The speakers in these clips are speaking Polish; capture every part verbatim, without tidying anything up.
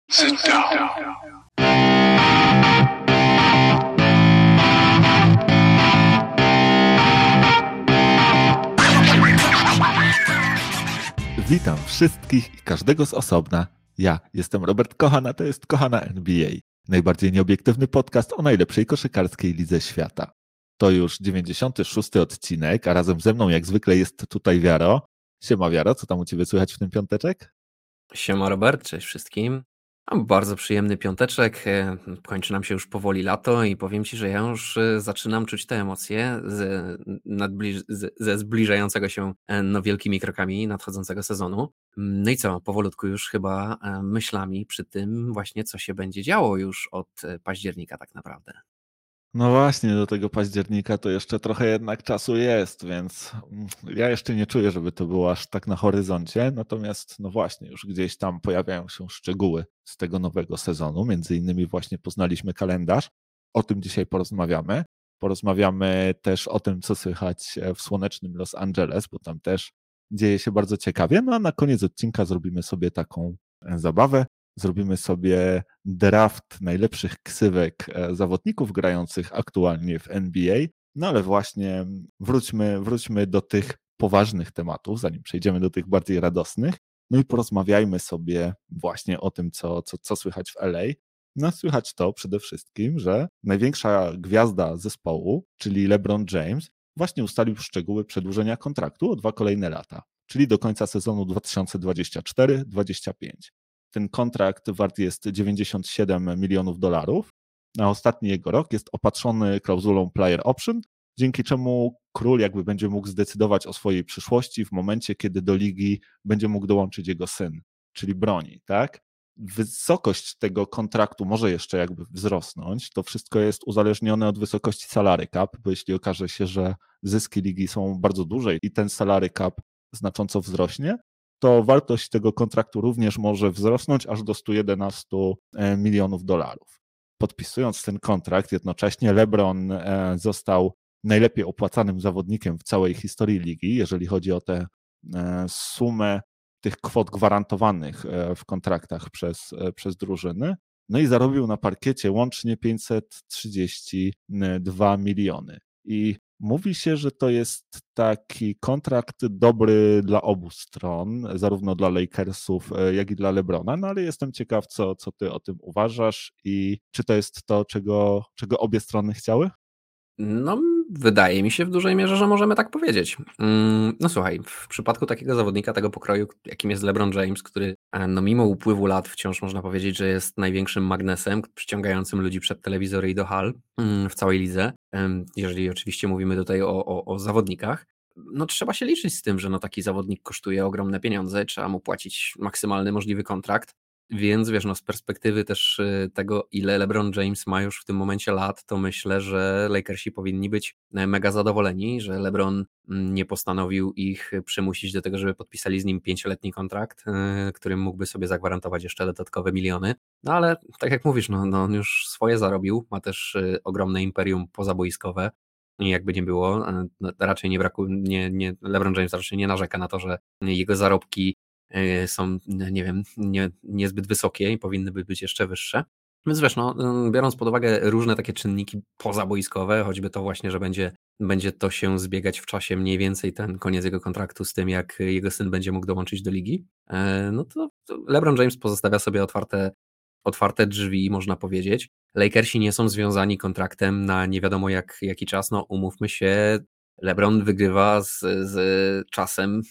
Sit down. Witam wszystkich i każdego z osobna. Ja jestem Robert Kochan, a to jest Kochana N B A. Najbardziej nieobiektywny podcast o najlepszej koszykarskiej lidze świata. To już dziewięćdziesiąty szósty odcinek, a razem ze mną jak zwykle jest tutaj Wiaro. Siema Wiaro, co tam u Ciebie słychać w ten piąteczek? Siema Robert, cześć wszystkim. Mam bardzo przyjemny piąteczek, e, kończy nam się już powoli lato i powiem Ci, że ja już e, zaczynam czuć te emocje z, nadbliż, z, ze zbliżającego się e, no, wielkimi krokami nadchodzącego sezonu. No i co, powolutku już chyba e, myślami przy tym właśnie, co się będzie działo już od e, października tak naprawdę. No właśnie, do tego października to jeszcze trochę jednak czasu jest, więc mm, ja jeszcze nie czuję, żeby to było aż tak na horyzoncie, natomiast no właśnie, już gdzieś tam pojawiają się szczegóły z tego nowego sezonu, między innymi właśnie poznaliśmy kalendarz, o tym dzisiaj porozmawiamy. Porozmawiamy też o tym, co słychać w słonecznym Los Angeles, bo tam też dzieje się bardzo ciekawie, no a na koniec odcinka zrobimy sobie taką zabawę. Zrobimy sobie draft najlepszych ksywek zawodników grających aktualnie w N B A. No ale właśnie wróćmy, wróćmy do tych poważnych tematów, zanim przejdziemy do tych bardziej radosnych. No i porozmawiajmy sobie właśnie o tym, co, co, co słychać w L A. No słychać to przede wszystkim, że największa gwiazda zespołu, czyli LeBron James, właśnie ustalił szczegóły przedłużenia kontraktu o dwa kolejne lata, czyli do końca sezonu dwa tysiące dwudziestego czwartego dwudziestego piątego. Ten kontrakt wart jest dziewięćdziesiąt siedem milionów dolarów, a ostatni jego rok jest opatrzony klauzulą player option, dzięki czemu król jakby będzie mógł zdecydować o swojej przyszłości w momencie, kiedy do ligi będzie mógł dołączyć jego syn, czyli broni, tak? Wysokość tego kontraktu może jeszcze jakby wzrosnąć, to wszystko jest uzależnione od wysokości salary cap, bo jeśli okaże się, że zyski ligi są bardzo duże i ten salary cap znacząco wzrośnie, to wartość tego kontraktu również może wzrosnąć aż do stu jedenastu milionów dolarów. Podpisując ten kontrakt, jednocześnie LeBron został najlepiej opłacanym zawodnikiem w całej historii ligi, jeżeli chodzi o tę sumę tych kwot gwarantowanych w kontraktach przez, przez drużyny. No i zarobił na parkiecie łącznie pięćset trzydzieści dwa miliony. I mówi się, że to jest taki kontrakt dobry dla obu stron, zarówno dla Lakersów, jak i dla LeBrona, no ale jestem ciekaw, co, co ty o tym uważasz i czy to jest to, czego, czego obie strony chciały? No, wydaje mi się w dużej mierze, że możemy tak powiedzieć. No słuchaj, w przypadku takiego zawodnika tego pokroju, jakim jest LeBron James, który no mimo upływu lat wciąż można powiedzieć, że jest największym magnesem przyciągającym ludzi przed telewizory i do hal w całej lidze, jeżeli oczywiście mówimy tutaj o, o, o zawodnikach, no trzeba się liczyć z tym, że no taki zawodnik kosztuje ogromne pieniądze, trzeba mu płacić maksymalny możliwy kontrakt. Więc wiesz, no z perspektywy też tego, ile LeBron James ma już w tym momencie lat, to myślę, że Lakersi powinni być mega zadowoleni, że LeBron nie postanowił ich przymusić do tego, żeby podpisali z nim pięcioletni kontrakt, którym mógłby sobie zagwarantować jeszcze dodatkowe miliony. No ale tak jak mówisz, no, no on już swoje zarobił, ma też ogromne imperium pozaboiskowe. I jakby nie było, no, raczej nie brakuje, nie, nie, LeBron James raczej nie narzeka na to, że jego zarobki są, nie wiem, nie, niezbyt wysokie i powinny być jeszcze wyższe. Więc wiesz, no, biorąc pod uwagę różne takie czynniki pozaboiskowe, choćby to właśnie, że będzie, będzie to się zbiegać w czasie mniej więcej ten koniec jego kontraktu z tym, jak jego syn będzie mógł dołączyć do ligi, no to LeBron James pozostawia sobie otwarte, otwarte drzwi, można powiedzieć. Lakersi nie są związani kontraktem na nie wiadomo jak, jaki czas, no umówmy się, LeBron wygrywa z, z czasem,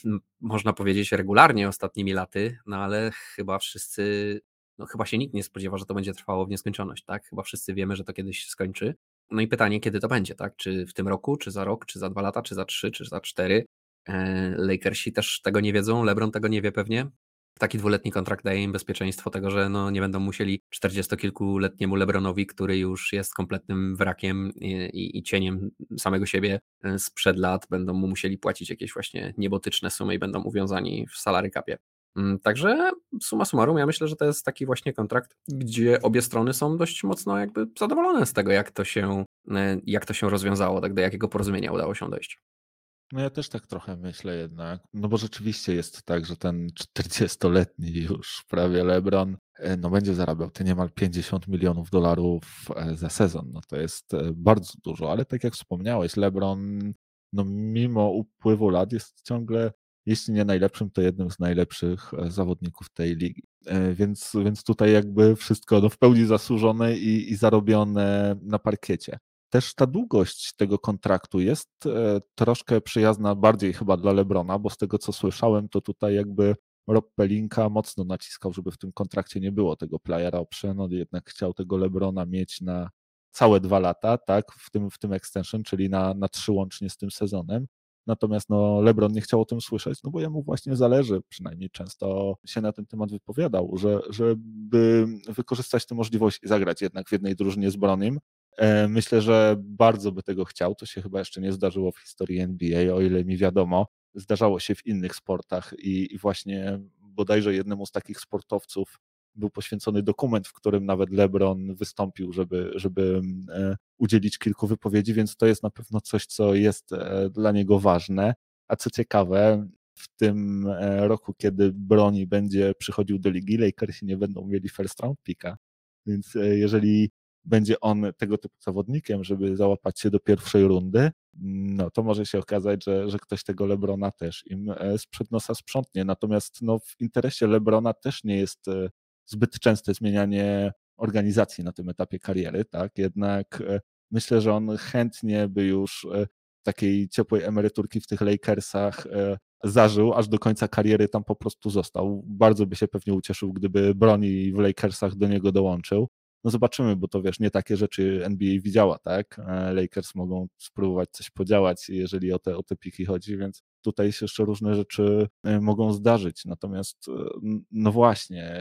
można powiedzieć, regularnie ostatnimi laty, no ale chyba wszyscy, no chyba się nikt nie spodziewa, że to będzie trwało w nieskończoność, tak? Chyba wszyscy wiemy, że to kiedyś się skończy. No i pytanie, kiedy to będzie, tak? Czy w tym roku, czy za rok, czy za dwa lata, czy za trzy, czy za cztery? Lakersi też tego nie wiedzą, LeBron tego nie wie pewnie. Taki dwuletni kontrakt daje im bezpieczeństwo tego, że no nie będą musieli czterdziestokilkuletniemu LeBronowi, który już jest kompletnym wrakiem i, i, i cieniem samego siebie sprzed lat, będą mu musieli płacić jakieś właśnie niebotyczne sumy i będą uwiązani w salary capie. Także summa summarum, ja myślę, że to jest taki właśnie kontrakt, gdzie obie strony są dość mocno jakby zadowolone z tego, jak to się, jak to się rozwiązało, tak do jakiego porozumienia udało się dojść. No ja też tak trochę myślę jednak, no bo rzeczywiście jest tak, że ten czterdziestoletni już prawie LeBron, e, no będzie zarabiał te niemal pięćdziesiąt milionów dolarów e, za sezon. No to jest e, bardzo dużo, ale tak jak wspomniałeś, LeBron, no mimo upływu lat jest ciągle, jeśli nie najlepszym, to jednym z najlepszych e, zawodników tej ligi. E, Więc, więc tutaj jakby wszystko no, w pełni zasłużone i, i zarobione na parkiecie. Też ta długość tego kontraktu jest e, troszkę przyjazna bardziej chyba dla LeBrona, bo z tego co słyszałem, to tutaj jakby Rob Pelinka mocno naciskał, żeby w tym kontrakcie nie było tego player option, on jednak chciał tego LeBrona mieć na całe dwa lata, tak, w tym, w tym extension, czyli na, na trzy łącznie z tym sezonem. Natomiast no, LeBron nie chciał o tym słyszeć, no bo jemu właśnie zależy, przynajmniej często się na ten temat wypowiadał, że, żeby wykorzystać tę możliwość i zagrać jednak w jednej drużynie z Bronim. E, Myślę, że bardzo by tego chciał. To się chyba jeszcze nie zdarzyło w historii N B A, o ile mi wiadomo. Zdarzało się w innych sportach i, i właśnie bodajże jednemu z takich sportowców był poświęcony dokument, w którym nawet LeBron wystąpił, żeby, żeby e, udzielić kilku wypowiedzi, więc to jest na pewno coś, co jest e, dla niego ważne. A co ciekawe, w tym e, roku, kiedy Broni będzie przychodził do ligi, Lakersi nie będą mieli first round picka. Więc e, jeżeli będzie on tego typu zawodnikiem, żeby załapać się do pierwszej rundy, no to może się okazać, że, że ktoś tego LeBrona też im e, sprzed nosa sprzątnie. Natomiast no, w interesie LeBrona też nie jest e, zbyt częste zmienianie organizacji na tym etapie kariery, tak? Jednak e, myślę, że on chętnie by już e, takiej ciepłej emeryturki w tych Lakersach e, zażył, aż do końca kariery tam po prostu został. Bardzo by się pewnie ucieszył, gdyby Broni w Lakersach do niego dołączył. No zobaczymy, bo to wiesz, nie takie rzeczy N B A widziała, tak? E, Lakers mogą spróbować coś podziałać, jeżeli o te, o te piki chodzi, więc tutaj się jeszcze różne rzeczy e, mogą zdarzyć. Natomiast e, no właśnie,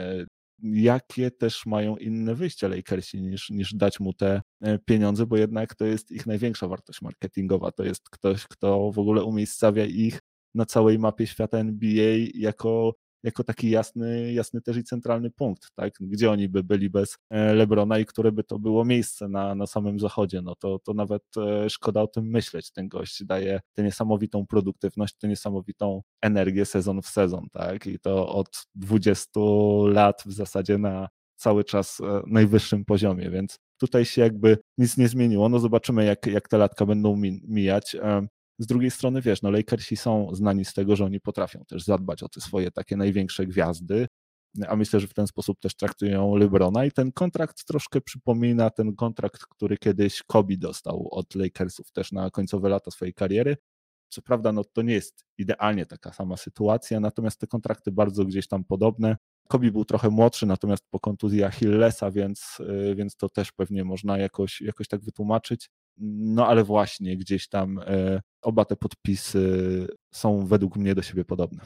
jakie też mają inne wyjścia Lakersi niż, niż dać mu te e, pieniądze, bo jednak to jest ich największa wartość marketingowa. To jest ktoś, kto w ogóle umiejscawia ich na całej mapie świata N B A jako jako taki jasny, jasny też i centralny punkt, tak? Gdzie oni by byli bez e, LeBrona i które by to było miejsce na, na samym zachodzie, no to, to nawet e, szkoda o tym myśleć. Ten gość daje tę niesamowitą produktywność, tę niesamowitą energię sezon w sezon, tak? I to od dwudziestu lat w zasadzie na cały czas e, najwyższym poziomie, więc tutaj się jakby nic nie zmieniło. No zobaczymy, jak, jak te latka będą mijać. Z drugiej strony, wiesz, no Lakersi są znani z tego, że oni potrafią też zadbać o te swoje takie największe gwiazdy, a myślę, że w ten sposób też traktują LeBrona i ten kontrakt troszkę przypomina ten kontrakt, który kiedyś Kobe dostał od Lakersów też na końcowe lata swojej kariery. Co prawda, no to nie jest idealnie taka sama sytuacja, natomiast te kontrakty bardzo gdzieś tam podobne. Kobe był trochę młodszy, natomiast po kontuzji Achillesa, więc, więc to też pewnie można jakoś, jakoś tak wytłumaczyć. No ale właśnie gdzieś tam e, oba te podpisy są według mnie do siebie podobne.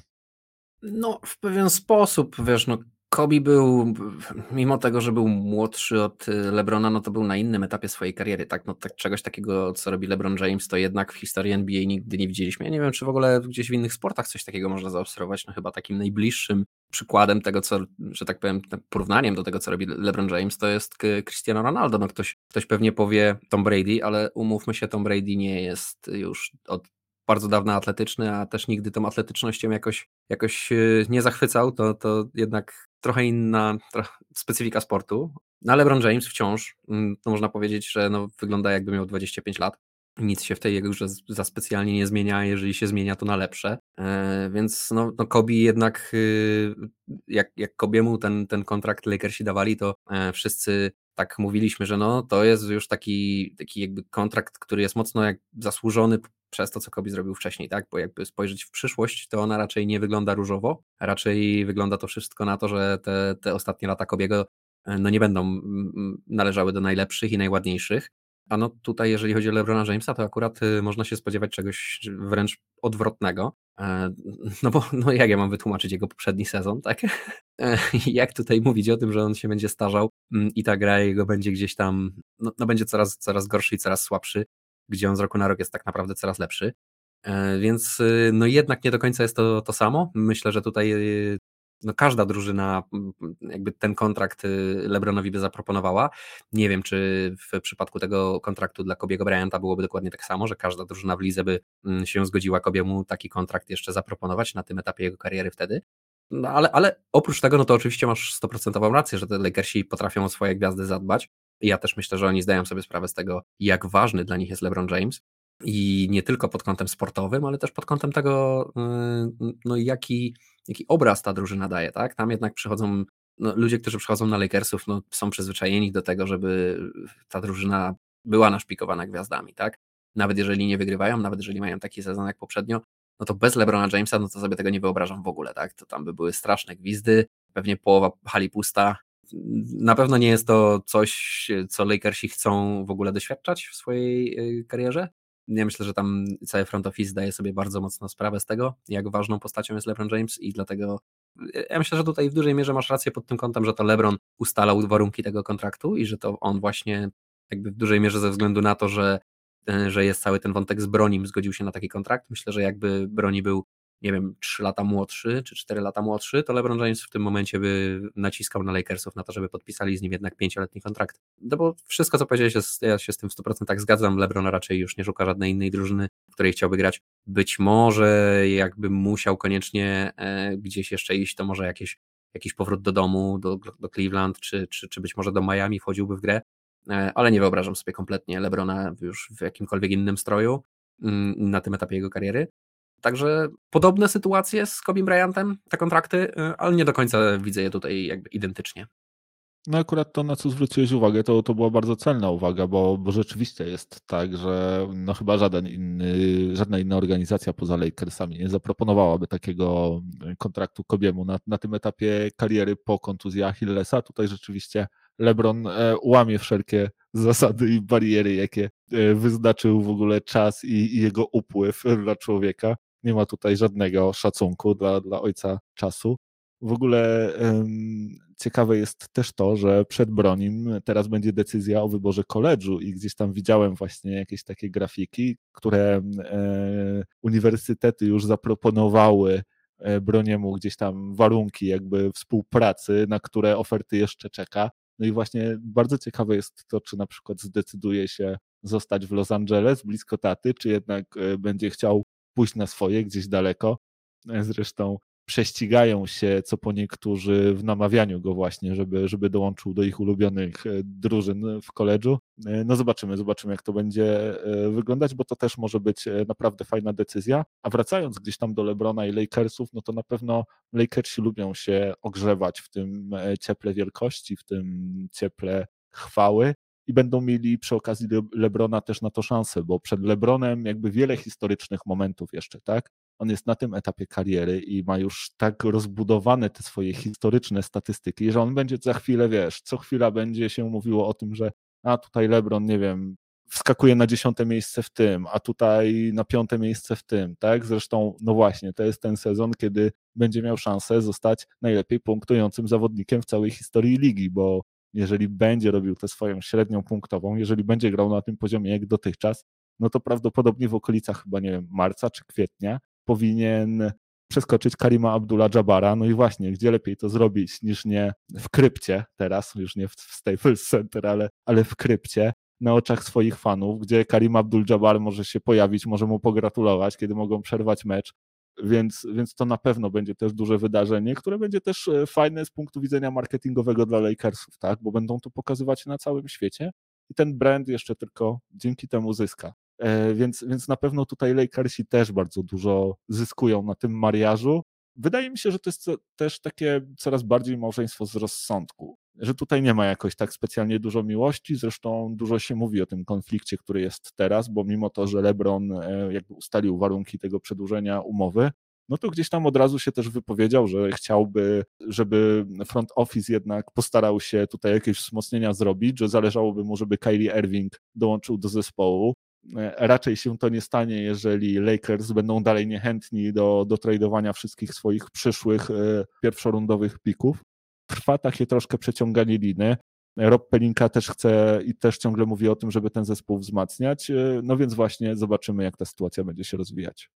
No, w pewien sposób, wiesz, no Kobe był, mimo tego, że był młodszy od LeBrona, no to był na innym etapie swojej kariery, tak? No tak, czegoś takiego, co robi LeBron James, to jednak w historii N B A nigdy nie widzieliśmy. Ja nie wiem, czy w ogóle gdzieś w innych sportach coś takiego można zaobserwować, no chyba takim najbliższym przykładem tego, co, że tak powiem, porównaniem do tego, co robi LeBron James, to jest Cristiano Ronaldo. No ktoś, ktoś pewnie powie Tom Brady, ale umówmy się, Tom Brady nie jest już od bardzo dawno atletyczny, a też nigdy tą atletycznością jakoś, jakoś nie zachwycał, to, to jednak trochę inna trochę specyfika sportu. No ale LeBron James wciąż, to można powiedzieć, że no, wygląda jakby miał dwadzieścia pięć lat. Nic się w tej jego grze za specjalnie nie zmienia, a jeżeli się zmienia, to na lepsze. E, więc no, no Kobe jednak, y, jak, jak Kobiemu ten, ten kontrakt Lakersi dawali, to e, wszyscy tak mówiliśmy, że no to jest już taki, taki jakby kontrakt, który jest mocno jak zasłużony przez to, co Kobe zrobił wcześniej, tak? Bo jakby spojrzeć w przyszłość, to ona raczej nie wygląda różowo, raczej wygląda to wszystko na to, że te, te ostatnie lata Kobiego no nie będą należały do najlepszych i najładniejszych. A no tutaj, jeżeli chodzi o LeBrona Jamesa, to akurat można się spodziewać czegoś wręcz odwrotnego. No bo no jak ja mam wytłumaczyć jego poprzedni sezon, tak? Jak tutaj mówić o tym, że on się będzie starzał i ta gra jego będzie gdzieś tam, no, no będzie coraz, coraz gorszy i coraz słabszy, gdzie on z roku na rok jest tak naprawdę coraz lepszy. Więc no jednak nie do końca jest to to samo. Myślę, że tutaj no każda drużyna jakby ten kontrakt LeBronowi by zaproponowała. Nie wiem, czy w przypadku tego kontraktu dla Kobiego Bryanta byłoby dokładnie tak samo, że każda drużyna w lidze by się zgodziła Kobiemu taki kontrakt jeszcze zaproponować na tym etapie jego kariery wtedy. No ale, ale oprócz tego, no to oczywiście masz stuprocentową rację, że te Lakersi potrafią o swoje gwiazdy zadbać. I ja też myślę, że oni zdają sobie sprawę z tego, jak ważny dla nich jest LeBron James. I nie tylko pod kątem sportowym, ale też pod kątem tego, no jaki, jaki obraz ta drużyna daje, tak? Tam jednak przychodzą, no ludzie, którzy przychodzą na Lakersów, no są przyzwyczajeni do tego, żeby ta drużyna była naszpikowana gwiazdami, tak? Nawet jeżeli nie wygrywają, nawet jeżeli mają taki sezon jak poprzednio, no to bez LeBrona Jamesa, no to sobie tego nie wyobrażam w ogóle, tak? To tam by były straszne gwizdy, pewnie połowa hali pusta. Na pewno nie jest to coś, co Lakersi chcą w ogóle doświadczać w swojej karierze. Ja myślę, że tam cały front office zdaje sobie bardzo mocno sprawę z tego, jak ważną postacią jest LeBron James i dlatego ja myślę, że tutaj w dużej mierze masz rację pod tym kątem, że to LeBron ustalał warunki tego kontraktu i że to on właśnie jakby w dużej mierze ze względu na to, że, że jest cały ten wątek z Bronim, zgodził się na taki kontrakt. Myślę, że jakby Broni był, nie wiem, trzy lata młodszy, czy cztery lata młodszy, to LeBron James w tym momencie by naciskał na Lakersów na to, żeby podpisali z nim jednak pięcioletni kontrakt. No bo wszystko, co powiedziałeś, jest, ja się z tym w stu procentach zgadzam. LeBron raczej już nie szuka żadnej innej drużyny, w której chciałby grać. Być może jakby musiał koniecznie e, gdzieś jeszcze iść, to może jakieś, jakiś powrót do domu, do, do Cleveland, czy, czy, czy być może do Miami wchodziłby w grę, e, ale nie wyobrażam sobie kompletnie LeBrona już w jakimkolwiek innym stroju mm, na tym etapie jego kariery. Także podobne sytuacje z Kobe Bryantem, te kontrakty, ale nie do końca widzę je tutaj jakby identycznie. No akurat to, na co zwróciłeś uwagę, to, to była bardzo celna uwaga, bo, bo rzeczywiście jest tak, że no chyba żaden inny, żadna inna organizacja poza Lakersami nie zaproponowałaby takiego kontraktu Kobiemu na, na tym etapie kariery po kontuzji Achillesa. Tutaj rzeczywiście LeBron e, łamie wszelkie zasady i bariery, jakie e, wyznaczył w ogóle czas i, i jego upływ dla człowieka. Nie ma tutaj żadnego szacunku dla, dla ojca czasu. W ogóle um, ciekawe jest też to, że przed Bronim teraz będzie decyzja o wyborze koledżu i gdzieś tam widziałem właśnie jakieś takie grafiki, które e, uniwersytety już zaproponowały e, Broniemu gdzieś tam warunki jakby współpracy, na które oferty jeszcze czeka. No i właśnie bardzo ciekawe jest to, czy na przykład zdecyduje się zostać w Los Angeles, blisko taty, czy jednak e, będzie chciał pójść na swoje gdzieś daleko. Zresztą prześcigają się co po niektórzy w namawianiu go właśnie, żeby, żeby dołączył do ich ulubionych drużyn w koledżu. No zobaczymy, zobaczymy jak to będzie wyglądać, bo to też może być naprawdę fajna decyzja. A wracając gdzieś tam do LeBrona i Lakersów, no to na pewno Lakersi lubią się ogrzewać w tym cieple wielkości, w tym cieple chwały i będą mieli przy okazji LeBrona też na to szansę, bo przed LeBronem jakby wiele historycznych momentów jeszcze, tak? On jest na tym etapie kariery i ma już tak rozbudowane te swoje historyczne statystyki, że on będzie za chwilę, wiesz, co chwila będzie się mówiło o tym, że a tutaj LeBron, nie wiem, wskakuje na dziesiąte miejsce w tym, a tutaj na piąte miejsce w tym, tak? Zresztą, no właśnie, to jest ten sezon, kiedy będzie miał szansę zostać najlepiej punktującym zawodnikiem w całej historii ligi, bo jeżeli będzie robił tę swoją średnią punktową, jeżeli będzie grał na tym poziomie jak dotychczas, no to prawdopodobnie w okolicach chyba, nie wiem, marca czy kwietnia powinien przeskoczyć Karima Abdullah-Jabbara, no i właśnie, gdzie lepiej to zrobić niż nie w krypcie teraz, już nie w Staples Center, ale, ale w krypcie, na oczach swoich fanów, gdzie Karim Abdul-Jabbar może się pojawić, może mu pogratulować, kiedy mogą przerwać mecz, więc, więc to na pewno będzie też duże wydarzenie, które będzie też fajne z punktu widzenia marketingowego dla Lakersów, tak, bo będą to pokazywać na całym świecie i ten brand jeszcze tylko dzięki temu zyska. Więc, więc na pewno tutaj Lakersi też bardzo dużo zyskują na tym mariażu. Wydaje mi się, że to jest też takie coraz bardziej małżeństwo z rozsądku, że tutaj nie ma jakoś tak specjalnie dużo miłości, zresztą dużo się mówi o tym konflikcie, który jest teraz, bo mimo to, że LeBron jakby ustalił warunki tego przedłużenia umowy, no to gdzieś tam od razu się też wypowiedział, że chciałby, żeby front office jednak postarał się tutaj jakieś wzmocnienia zrobić, że zależałoby mu, żeby Kyrie Irving dołączył do zespołu. Raczej się to nie stanie, jeżeli Lakers będą dalej niechętni do, do tradowania wszystkich swoich przyszłych e, pierwszorundowych pików. Trwa takie troszkę przeciąganie liny. Rob Pelinka też chce i też ciągle mówi o tym, żeby ten zespół wzmacniać. No więc właśnie zobaczymy, jak ta sytuacja będzie się rozwijać.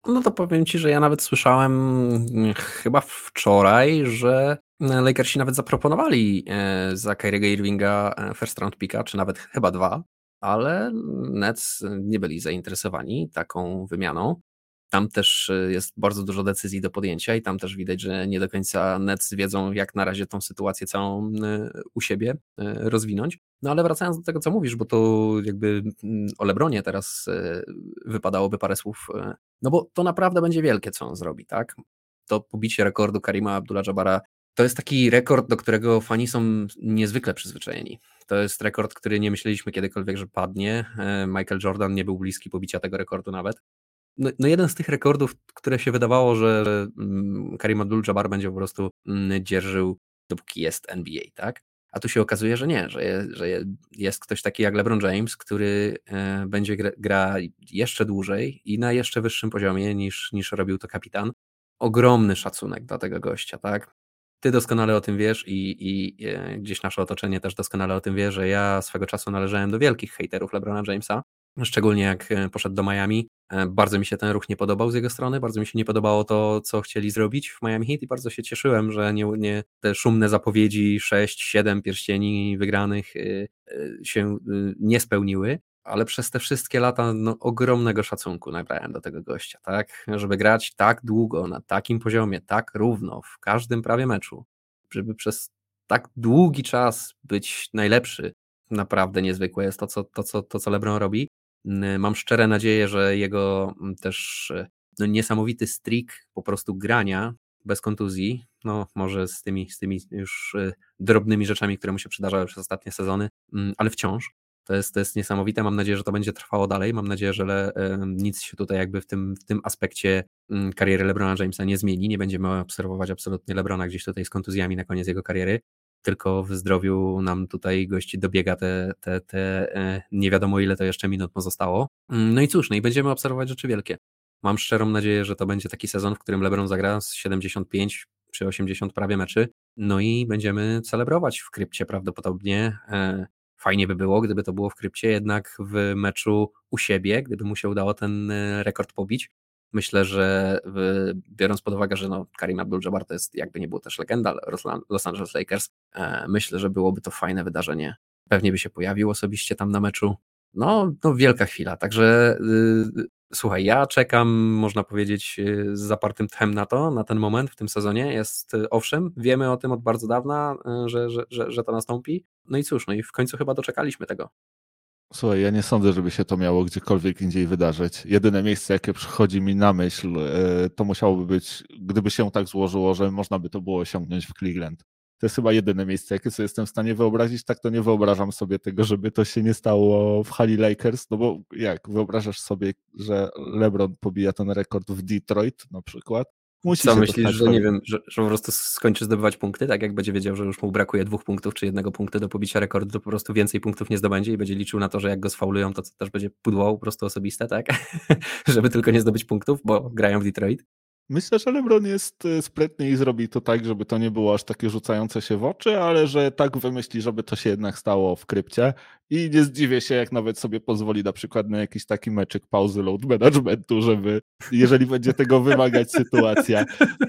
No to powiem ci, że ja nawet słyszałem chyba wczoraj, że Lakersi nawet zaproponowali za Kyriego Irvinga first round picka, czy nawet chyba dwa, ale Nets nie byli zainteresowani taką wymianą. Tam też jest bardzo dużo decyzji do podjęcia i tam też widać, że nie do końca Nets wiedzą, jak na razie tą sytuację całą u siebie rozwinąć. No ale wracając do tego, co mówisz, bo to jakby o LeBronie teraz wypadałoby parę słów, no bo to naprawdę będzie wielkie, co on zrobi, tak? To pobicie rekordu Karima Abdullah-Jabbara to jest taki rekord, do którego fani są niezwykle przyzwyczajeni. To jest rekord, który nie myśleliśmy kiedykolwiek, że padnie. Michael Jordan nie był bliski pobicia tego rekordu nawet. No, no jeden z tych rekordów, które się wydawało, że Karim Abdul-Jabbar będzie po prostu dzierżył, dopóki jest N B A, tak? A tu się okazuje, że nie, że, je, że jest ktoś taki jak LeBron James, który będzie gra, gra jeszcze dłużej i na jeszcze wyższym poziomie niż, niż robił to kapitan. Ogromny szacunek dla tego gościa, tak? Ty doskonale o tym wiesz i, i gdzieś nasze otoczenie też doskonale o tym wie, że ja swego czasu należałem do wielkich hejterów LeBrona Jamesa, szczególnie jak poszedł do Miami. Bardzo mi się ten ruch nie podobał z jego strony, bardzo mi się nie podobało to, co chcieli zrobić w Miami Heat i bardzo się cieszyłem, że nie, nie te szumne zapowiedzi sześć siedem pierścieni wygranych się nie spełniły, ale przez te wszystkie lata no, ogromnego szacunku nabrałem do tego gościa, tak? Żeby grać tak długo, na takim poziomie, tak równo, w każdym prawie meczu, żeby przez tak długi czas być najlepszy, naprawdę niezwykłe jest to, co, to, co, to, co LeBron robi. Mam szczere nadzieję, że jego też no, niesamowity streak po prostu grania bez kontuzji, no może z tymi, z tymi już drobnymi rzeczami, które mu się przydarzały przez ostatnie sezony, ale wciąż to jest, to jest niesamowite. Mam nadzieję, że to będzie trwało dalej. Mam nadzieję, że le, nic się tutaj jakby w tym, w tym aspekcie kariery LeBrona Jamesa nie zmieni. Nie będziemy obserwować absolutnie LeBrona gdzieś tutaj z kontuzjami na koniec jego kariery, tylko w zdrowiu nam tutaj gości dobiega te, te, te nie wiadomo ile to jeszcze minut pozostało. No i cóż, no i będziemy obserwować rzeczy wielkie. Mam szczerą nadzieję, że to będzie taki sezon, w którym LeBron zagra z siedemdziesiąt pięć czy osiemdziesiąt prawie meczy, no i będziemy celebrować w krypcie prawdopodobnie. Fajnie by było, gdyby to było w krypcie, jednak w meczu u siebie, gdyby mu się udało ten rekord pobić. Myślę, że biorąc pod uwagę, że no Karim Abdul-Jabbar to jest jakby nie było też legenda Los Angeles Lakers, myślę, że byłoby to fajne wydarzenie. Pewnie by się pojawił osobiście tam na meczu. No, no wielka chwila, także yy, słuchaj, ja czekam, można powiedzieć, z zapartym tchem na to, na ten moment w tym sezonie. Jest, owszem, wiemy o tym od bardzo dawna, że, że, że, że to nastąpi. No i cóż, no i w końcu chyba doczekaliśmy tego. Słuchaj, ja nie sądzę, żeby się to miało gdziekolwiek indziej wydarzyć. Jedyne miejsce, jakie przychodzi mi na myśl, to musiałoby być, gdyby się tak złożyło, że można by to było osiągnąć w Cleveland. To jest chyba jedyne miejsce, jakie sobie jestem w stanie wyobrazić. Tak to nie wyobrażam sobie tego, żeby to się nie stało w hali Lakers, no bo jak wyobrażasz sobie, że LeBron pobija ten rekord w Detroit na przykład? Musi Co się myślisz, to że nie wiem, że, że po prostu skończy zdobywać punkty, tak jak będzie wiedział, że już mu brakuje dwóch punktów czy jednego punktu do pobicia rekordu, to po prostu więcej punktów nie zdobędzie i będzie liczył na to, że jak go sfaulują, to co też będzie pudło po prostu osobiste, tak? Żeby tylko nie zdobyć punktów, bo grają w Detroit. Myślę, że LeBron jest sprytny i zrobi to tak, żeby to nie było aż takie rzucające się w oczy, ale że tak wymyśli, żeby to się jednak stało w krypcie. I nie zdziwię się, jak nawet sobie pozwoli na przykład na jakiś taki meczyk pauzy load managementu, żeby, jeżeli będzie tego wymagać sytuacja,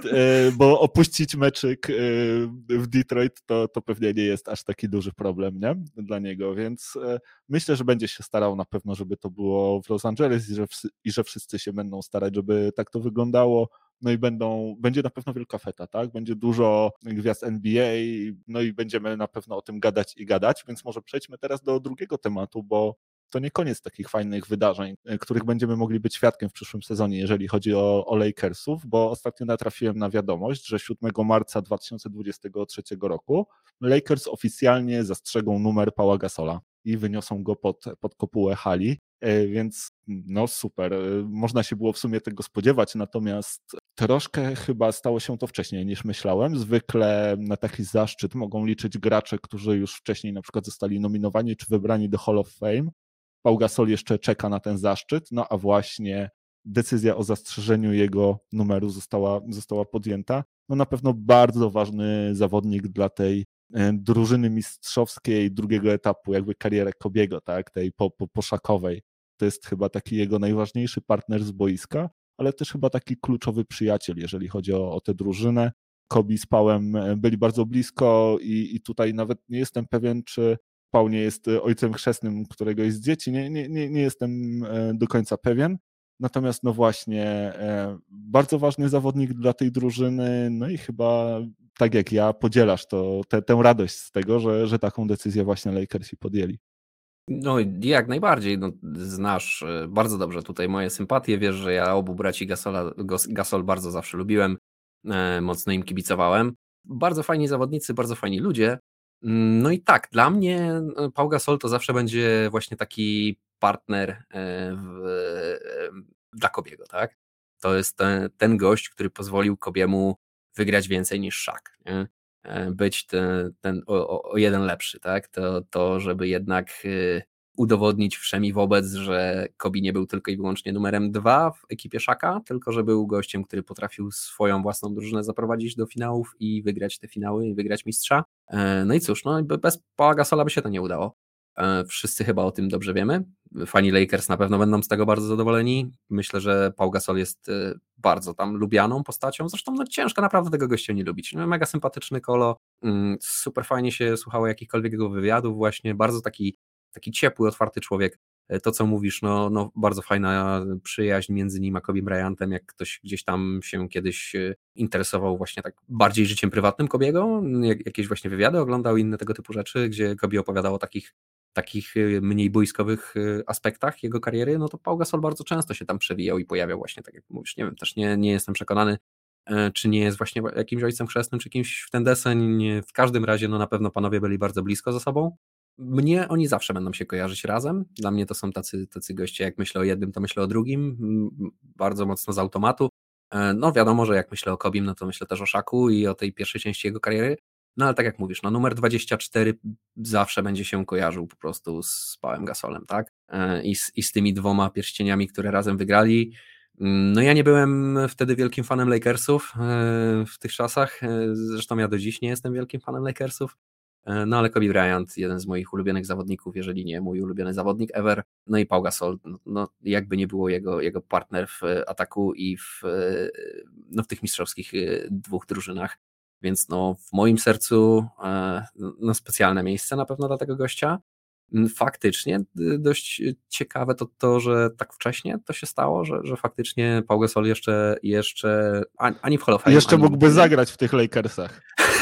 bo opuścić meczyk w Detroit to, to pewnie nie jest aż taki duży problem, nie? Dla niego, więc myślę, że będzie się starał na pewno, żeby to było w Los Angeles i że, i że wszyscy się będą starać, żeby tak to wyglądało. No i będą, będzie na pewno wielka feta, tak? Będzie dużo gwiazd N B A, no i będziemy na pewno o tym gadać i gadać, więc może przejdźmy teraz do drugiego tematu, bo to nie koniec takich fajnych wydarzeń, których będziemy mogli być świadkiem w przyszłym sezonie, jeżeli chodzi o, o Lakersów, bo ostatnio natrafiłem na wiadomość, że siódmego marca dwa tysiące dwudziestego trzeciego roku Lakers oficjalnie zastrzegą numer Paula Gasola i wyniosą go pod, pod kopułę hali, więc no super, można się było w sumie tego spodziewać, natomiast troszkę chyba stało się to wcześniej niż myślałem. Zwykle na taki zaszczyt mogą liczyć gracze, którzy już wcześniej na przykład zostali nominowani czy wybrani do Hall of Fame. Paul Gasol jeszcze czeka na ten zaszczyt, no a właśnie decyzja o zastrzeżeniu jego numeru została, została podjęta. No na pewno bardzo ważny zawodnik dla tej drużyny mistrzowskiej drugiego etapu, jakby kariery Kobiego, tak, tej po, po, poszakowej. To jest chyba taki jego najważniejszy partner z boiska. ale też chyba taki kluczowy przyjaciel, jeżeli chodzi o, o tę drużynę. Kobe z Pałem byli bardzo blisko i, i tutaj nawet nie jestem pewien, czy Paul nie jest ojcem chrzestnym któregoś z dzieci, nie, nie, nie, nie jestem do końca pewien. Natomiast no właśnie, bardzo ważny zawodnik dla tej drużyny, no i chyba tak jak ja podzielasz to, te, tę radość z tego, że, że taką decyzję właśnie Lakersi podjęli. No jak najbardziej, no, znasz bardzo dobrze tutaj moje sympatie, wiesz, że ja obu braci Gasola, Gasol bardzo zawsze lubiłem, e, mocno im kibicowałem. Bardzo fajni zawodnicy, bardzo fajni ludzie. No i tak, dla mnie Pau Gasol to zawsze będzie właśnie taki partner w, dla Kobiego, tak? To jest ten, ten gość, który pozwolił Kobiemu wygrać więcej niż Shaq, nie? Być ten, ten o, o jeden lepszy, tak? To, to żeby jednak udowodnić wszemi wobec, że Kobe nie był tylko i wyłącznie numerem dwa w ekipie Shaka, tylko że był gościem, który potrafił swoją własną drużynę zaprowadzić do finałów i wygrać te finały i wygrać mistrza. No i cóż, no bez Paula Gasola by się to nie udało. Wszyscy chyba o tym dobrze wiemy. Fani Lakers na pewno będą z tego bardzo zadowoleni. Myślę, że Pau Gasol jest bardzo tam lubianą postacią. Zresztą no, ciężko naprawdę tego gościa nie lubić. No, mega sympatyczny kolo. Super fajnie się słuchało jakichkolwiek jego wywiadów właśnie. Bardzo taki, taki ciepły, otwarty człowiek. To, co mówisz, no, no bardzo fajna przyjaźń między nim a Kobe Bryantem, jak ktoś gdzieś tam się kiedyś interesował właśnie tak bardziej życiem prywatnym Kobiego, jak, jakieś właśnie wywiady oglądał, inne tego typu rzeczy, gdzie Kobe opowiadał o takich takich mniej boiskowych aspektach jego kariery, no to Pau Gasol bardzo często się tam przewijał i pojawiał właśnie, tak jak mówisz, nie wiem, też nie, nie jestem przekonany, czy nie jest właśnie jakimś ojcem chrzestnym, czy kimś w ten deseń, w każdym razie no na pewno panowie byli bardzo blisko ze sobą. Mnie oni zawsze będą się kojarzyć razem, dla mnie to są tacy, tacy goście, jak myślę o jednym, to myślę o drugim, bardzo mocno z automatu. No wiadomo, że jak myślę o Kobim, no to myślę też o Szaku i o tej pierwszej części jego kariery. No ale tak jak mówisz, no numer dwadzieścia cztery zawsze będzie się kojarzył po prostu z Pałem Gasolem, tak? I z, i z tymi dwoma pierścieniami, które razem wygrali. No ja nie byłem wtedy wielkim fanem Lakersów w tych czasach, zresztą ja do dziś nie jestem wielkim fanem Lakersów, no ale Kobe Bryant, jeden z moich ulubionych zawodników, jeżeli nie mój ulubiony zawodnik ever, no i Pau Gasol, no jakby nie było jego, jego partner w ataku i w, no w tych mistrzowskich dwóch drużynach. Więc no, w moim sercu no, specjalne miejsce na pewno dla tego gościa. Faktycznie dość ciekawe to to, że tak wcześnie to się stało, że, że faktycznie Pau Gasol jeszcze, jeszcze ani w Hall of Fame, jeszcze ani mógłby nie. zagrać w tych Lakersach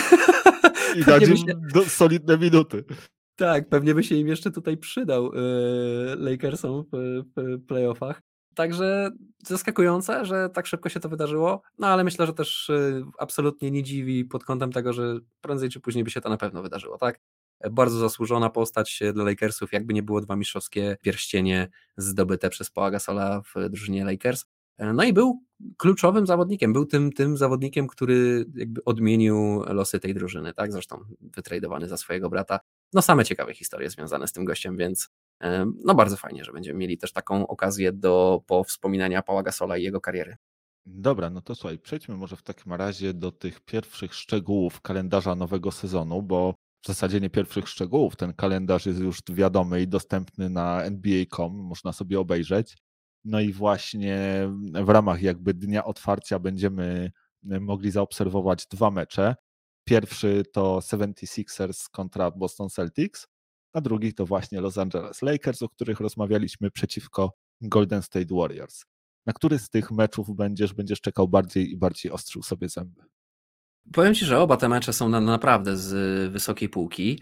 i dać im się... solidne minuty. Tak, pewnie by się im jeszcze tutaj przydał yy, Lakersom w, w playoffach. Także zaskakujące, że tak szybko się to wydarzyło, no ale myślę, że też absolutnie nie dziwi pod kątem tego, że prędzej czy później by się to na pewno wydarzyło, tak? Bardzo zasłużona postać dla Lakersów, jakby nie było dwa mistrzowskie pierścienie zdobyte przez Paula Gasola w drużynie Lakers. No i był kluczowym zawodnikiem, był tym, tym zawodnikiem, który jakby odmienił losy tej drużyny, tak? Zresztą wytradowany za swojego brata. No same ciekawe historie związane z tym gościem, więc no bardzo fajnie, że będziemy mieli też taką okazję do powspominania Paula Gasola i jego kariery. Dobra, no to słuchaj, przejdźmy może w takim razie do tych pierwszych szczegółów kalendarza nowego sezonu, bo w zasadzie nie pierwszych szczegółów, ten kalendarz jest już wiadomy i dostępny na N B A kropka com, można sobie obejrzeć. No i właśnie w ramach jakby dnia otwarcia będziemy mogli zaobserwować dwa mecze. Pierwszy to seventy-sixers kontra Boston Celtics, a drugi to właśnie Los Angeles Lakers, o których rozmawialiśmy, przeciwko Golden State Warriors. Na który z tych meczów będziesz, będziesz czekał bardziej i bardziej ostrzył sobie zęby? Powiem Ci, że oba te mecze są na, naprawdę z wysokiej półki.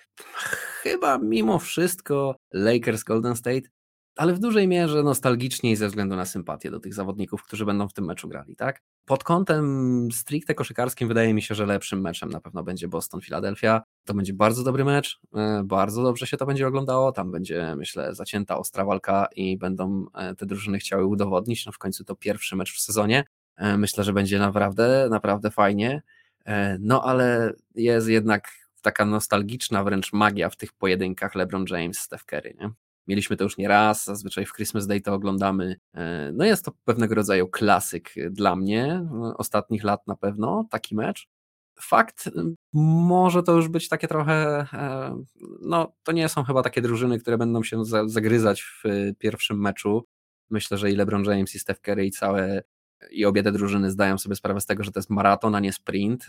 Chyba mimo wszystko Lakers Golden State, ale w dużej mierze nostalgicznie ze względu na sympatię do tych zawodników, którzy będą w tym meczu grali, tak? Pod kątem stricte koszykarskim wydaje mi się, że lepszym meczem na pewno będzie Boston-Philadelphia. To będzie bardzo dobry mecz, bardzo dobrze się to będzie oglądało, tam będzie, myślę, zacięta, ostra walka i będą te drużyny chciały udowodnić, no w końcu to pierwszy mecz w sezonie. Myślę, że będzie naprawdę, naprawdę fajnie, no ale jest jednak taka nostalgiczna wręcz magia w tych pojedynkach LeBron James, Steph Curry, nie? Mieliśmy to już nie raz, zazwyczaj w Christmas Day to oglądamy. No jest to pewnego rodzaju klasyk dla mnie, ostatnich lat na pewno, taki mecz. Fakt, może to już być takie trochę, no to nie są chyba takie drużyny, które będą się zagryzać w pierwszym meczu. Myślę, że i LeBron James, i Steph Curry, i całe i obie te drużyny zdają sobie sprawę z tego, że to jest maraton, a nie sprint.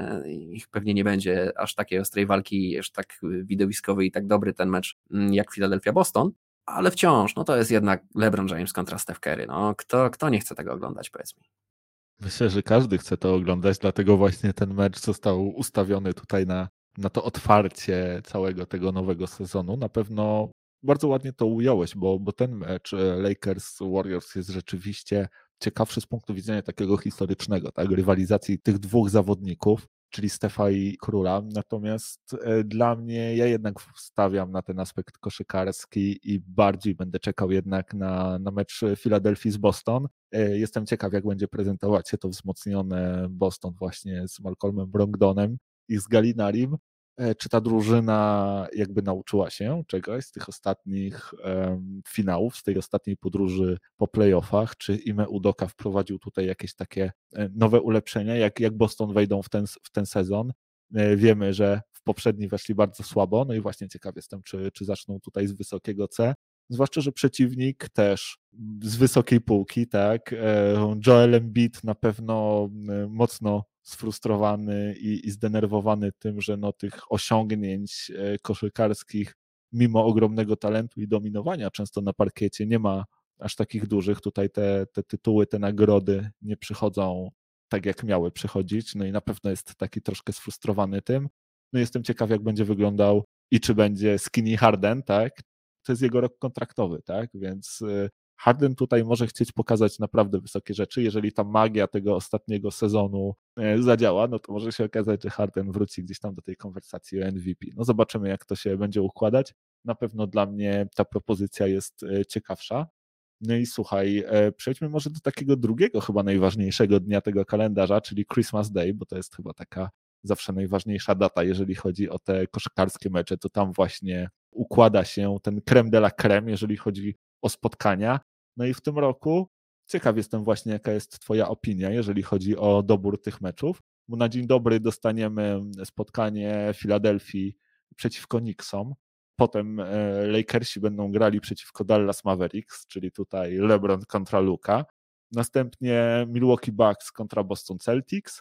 Ich pewnie nie będzie aż takiej ostrej walki, aż tak widowiskowy i tak dobry ten mecz jak Philadelphia-Boston, ale wciąż, no to jest jednak LeBron James kontra Steph Curry. No, kto, kto nie chce tego oglądać, powiedz mi. Myślę, że każdy chce to oglądać, dlatego właśnie ten mecz został ustawiony tutaj na, na to otwarcie całego tego nowego sezonu. Na pewno bardzo ładnie to ująłeś, bo, bo ten mecz Lakers-Warriors jest rzeczywiście ciekawszy z punktu widzenia takiego historycznego, tak, rywalizacji tych dwóch zawodników, czyli Stefa i Króla. Natomiast dla mnie, ja jednak stawiam na ten aspekt koszykarski i bardziej będę czekał jednak na, na mecz Filadelfii z Boston. Jestem ciekaw, jak będzie prezentować się to wzmocnione Boston właśnie z Malcolmem Brogdonem i z Galinarim. Czy ta drużyna jakby nauczyła się czegoś z tych ostatnich um, finałów, z tej ostatniej podróży po playoffach? Czy Ime Udoka wprowadził tutaj jakieś takie nowe ulepszenia, jak, jak Boston wejdą w ten, w ten sezon? Wiemy, że w poprzedni weszli bardzo słabo, no i właśnie ciekaw jestem, czy, czy zaczną tutaj z wysokiego C. Zwłaszcza, że przeciwnik też z wysokiej półki, tak? Joel Embiid na pewno mocno sfrustrowany i, i zdenerwowany tym, że no tych osiągnięć koszykarskich mimo ogromnego talentu i dominowania często na parkiecie nie ma aż takich dużych. Tutaj te, te tytuły, te nagrody nie przychodzą tak, jak miały przychodzić, no i na pewno jest taki troszkę sfrustrowany tym. No jestem ciekaw, jak będzie wyglądał i czy będzie skinny Harden, tak? To jest jego rok kontraktowy, tak? Więc Harden tutaj może chcieć pokazać naprawdę wysokie rzeczy. Jeżeli ta magia tego ostatniego sezonu zadziała, no to może się okazać, że Harden wróci gdzieś tam do tej konwersacji o M V P. No zobaczymy, jak to się będzie układać. Na pewno dla mnie ta propozycja jest ciekawsza. No i słuchaj, przejdźmy może do takiego drugiego, chyba najważniejszego dnia tego kalendarza, czyli Christmas Day, bo to jest chyba taka zawsze najważniejsza data, jeżeli chodzi o te koszykarskie mecze, to tam właśnie układa się ten creme de la creme, jeżeli chodzi o spotkania. No i w tym roku ciekaw jestem właśnie, jaka jest twoja opinia, jeżeli chodzi o dobór tych meczów, bo na dzień dobry dostaniemy spotkanie Filadelfii przeciwko Knicksom, potem Lakersi będą grali przeciwko Dallas Mavericks, czyli tutaj LeBron kontra Luka, następnie Milwaukee Bucks kontra Boston Celtics,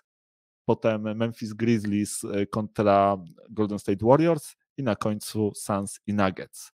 potem Memphis Grizzlies kontra Golden State Warriors i na końcu Suns i Nuggets.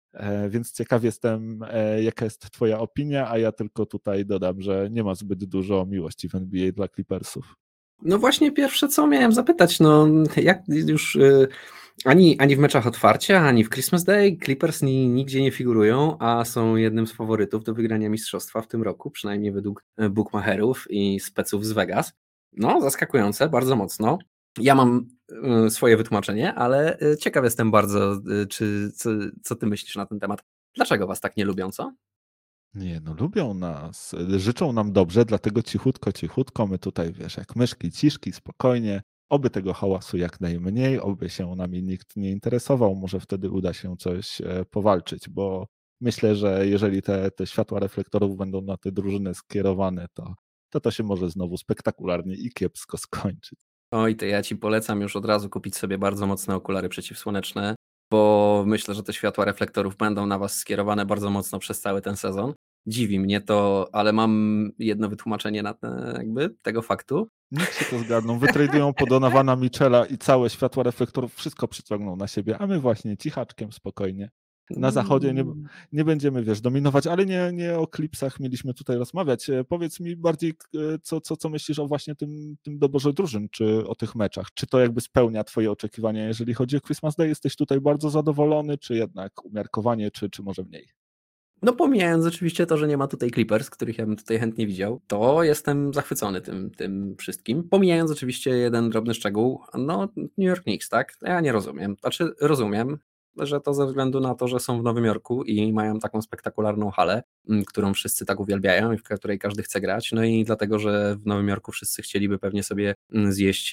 Więc ciekaw jestem, jaka jest twoja opinia, a ja tylko tutaj dodam, że nie ma zbyt dużo miłości w N B A dla Clippersów. No właśnie pierwsze co miałem zapytać, no jak już y, ani, ani w meczach otwarcia, ani w Christmas Day Clippers ni, nigdzie nie figurują, a są jednym z faworytów do wygrania mistrzostwa w tym roku, przynajmniej według bookmacherów i speców z Vegas. No zaskakujące, bardzo mocno. Ja mam y, swoje wytłumaczenie, ale y, ciekaw jestem bardzo, y, czy, co, co ty myślisz na ten temat. Dlaczego was tak nie lubią, co? Nie, no lubią nas, życzą nam dobrze, dlatego cichutko, cichutko, my tutaj, wiesz, jak myszki, ciszki, spokojnie, oby tego hałasu jak najmniej, oby się nami nikt nie interesował, może wtedy uda się coś powalczyć, bo myślę, że jeżeli te, te światła reflektorów będą na te drużyny skierowane, to, to to się może znowu spektakularnie i kiepsko skończyć. Oj, to ja ci polecam już od razu kupić sobie bardzo mocne okulary przeciwsłoneczne, bo myślę, że te światła reflektorów będą na was skierowane bardzo mocno przez cały ten sezon. Dziwi mnie to, ale mam jedno wytłumaczenie na te, jakby tego faktu. Nikt się to zgadną. Wytradują po Donowana Mitchella i całe światła reflektorów wszystko przyciągną na siebie, a my właśnie cichaczkiem, spokojnie. Na zachodzie nie, nie będziemy, wiesz, dominować, ale nie, nie o Clipsach mieliśmy tutaj rozmawiać. Powiedz mi bardziej, co, co, co myślisz o właśnie tym, tym doborze drużyn, czy o tych meczach. Czy to jakby spełnia twoje oczekiwania, jeżeli chodzi o Christmas Day? Jesteś tutaj bardzo zadowolony, czy jednak umiarkowanie, czy, czy może mniej? No pomijając oczywiście to, że nie ma tutaj Clippers, których ja bym tutaj chętnie widział, to jestem zachwycony tym, tym wszystkim. Pomijając oczywiście jeden drobny szczegół, no New York Knicks, tak? Ja nie rozumiem. Znaczy rozumiem, że to ze względu na to, że są w Nowym Jorku i mają taką spektakularną halę, którą wszyscy tak uwielbiają i w której każdy chce grać, no i dlatego, że w Nowym Jorku wszyscy chcieliby pewnie sobie zjeść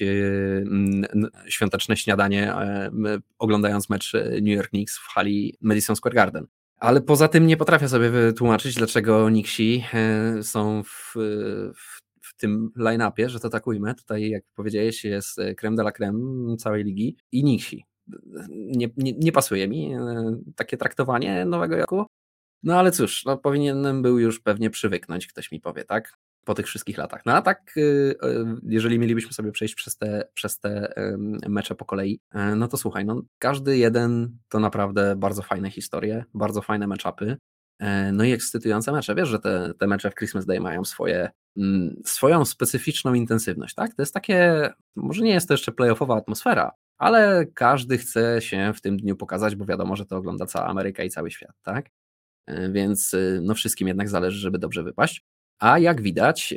świąteczne śniadanie, oglądając mecz New York Knicks w hali Madison Square Garden. Ale poza tym nie potrafię sobie wytłumaczyć, dlaczego Knicksi są w, w, w tym line-upie, że to tak ujmę. Tutaj, jak powiedziałeś, jest creme de la creme całej ligi i Knicksi. Nie, nie, nie pasuje mi takie traktowanie Nowego Jorku. No ale cóż, no powinienem był już pewnie przywyknąć, ktoś mi powie, tak? Po tych wszystkich latach. No a tak, jeżeli mielibyśmy sobie przejść przez te, przez te mecze po kolei, no to słuchaj, no każdy jeden to naprawdę bardzo fajne historie, bardzo fajne matchupy, no i ekscytujące mecze. Wiesz, że te, te mecze w Christmas Day mają swoje, swoją specyficzną intensywność, tak? To jest takie, może nie jest to jeszcze playoffowa atmosfera, ale każdy chce się w tym dniu pokazać, bo wiadomo, że to ogląda cała Ameryka i cały świat, tak? Więc no wszystkim jednak zależy, żeby dobrze wypaść. A jak widać,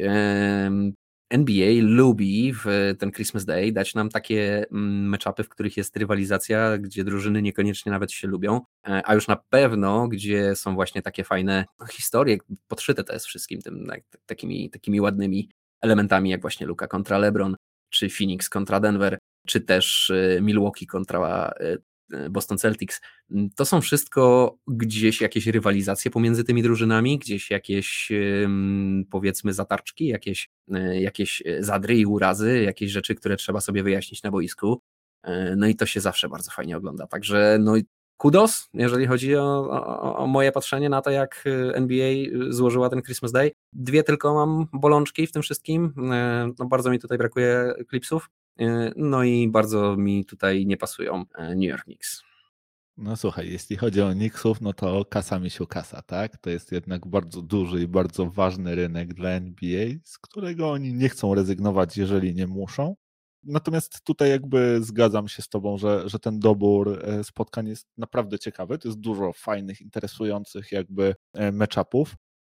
N B A lubi w ten Christmas Day dać nam takie matchupy, w których jest rywalizacja, gdzie drużyny niekoniecznie nawet się lubią, a już na pewno, gdzie są właśnie takie fajne historie, podszyte to jest wszystkim tym takimi, takimi ładnymi elementami, jak właśnie Luka kontra LeBron, czy Phoenix kontra Denver, czy też Milwaukee kontra Boston Celtics. To są wszystko gdzieś jakieś rywalizacje pomiędzy tymi drużynami, gdzieś jakieś powiedzmy zatarczki, jakieś, jakieś zadry i urazy, jakieś rzeczy, które trzeba sobie wyjaśnić na boisku. No i to się zawsze bardzo fajnie ogląda. Także no kudos, jeżeli chodzi o, o, o moje patrzenie na to, jak N B A złożyła ten Christmas Day. Dwie tylko mam bolączki w tym wszystkim. No bardzo mi tutaj brakuje Clipsów. No i bardzo mi tutaj nie pasują New York Knicks. No słuchaj, jeśli chodzi o Knicksów, no to kasa misiu kasa, tak? To jest jednak bardzo duży i bardzo ważny rynek dla N B A, z którego oni nie chcą rezygnować, jeżeli nie muszą. Natomiast tutaj jakby zgadzam się z tobą, że, że ten dobór spotkań jest naprawdę ciekawy. To jest dużo fajnych, interesujących jakby matchupów.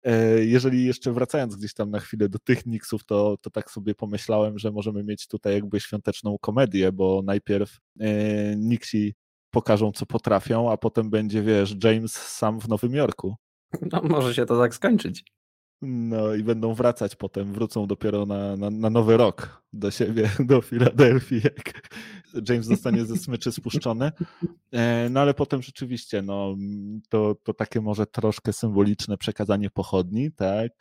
Jeżeli jeszcze wracając gdzieś tam na chwilę do tych Knicksów, to, to tak sobie pomyślałem, że możemy mieć tutaj jakby świąteczną komedię, bo najpierw Knicksi pokażą, co potrafią, a potem będzie, wiesz, James sam w Nowym Jorku. No może się to tak skończyć. No i będą wracać potem, wrócą dopiero na, na, na nowy rok do siebie, do Filadelfii, jak James zostanie ze smyczy spuszczony. No ale potem rzeczywiście, no to, to takie może troszkę symboliczne przekazanie pochodni, tak?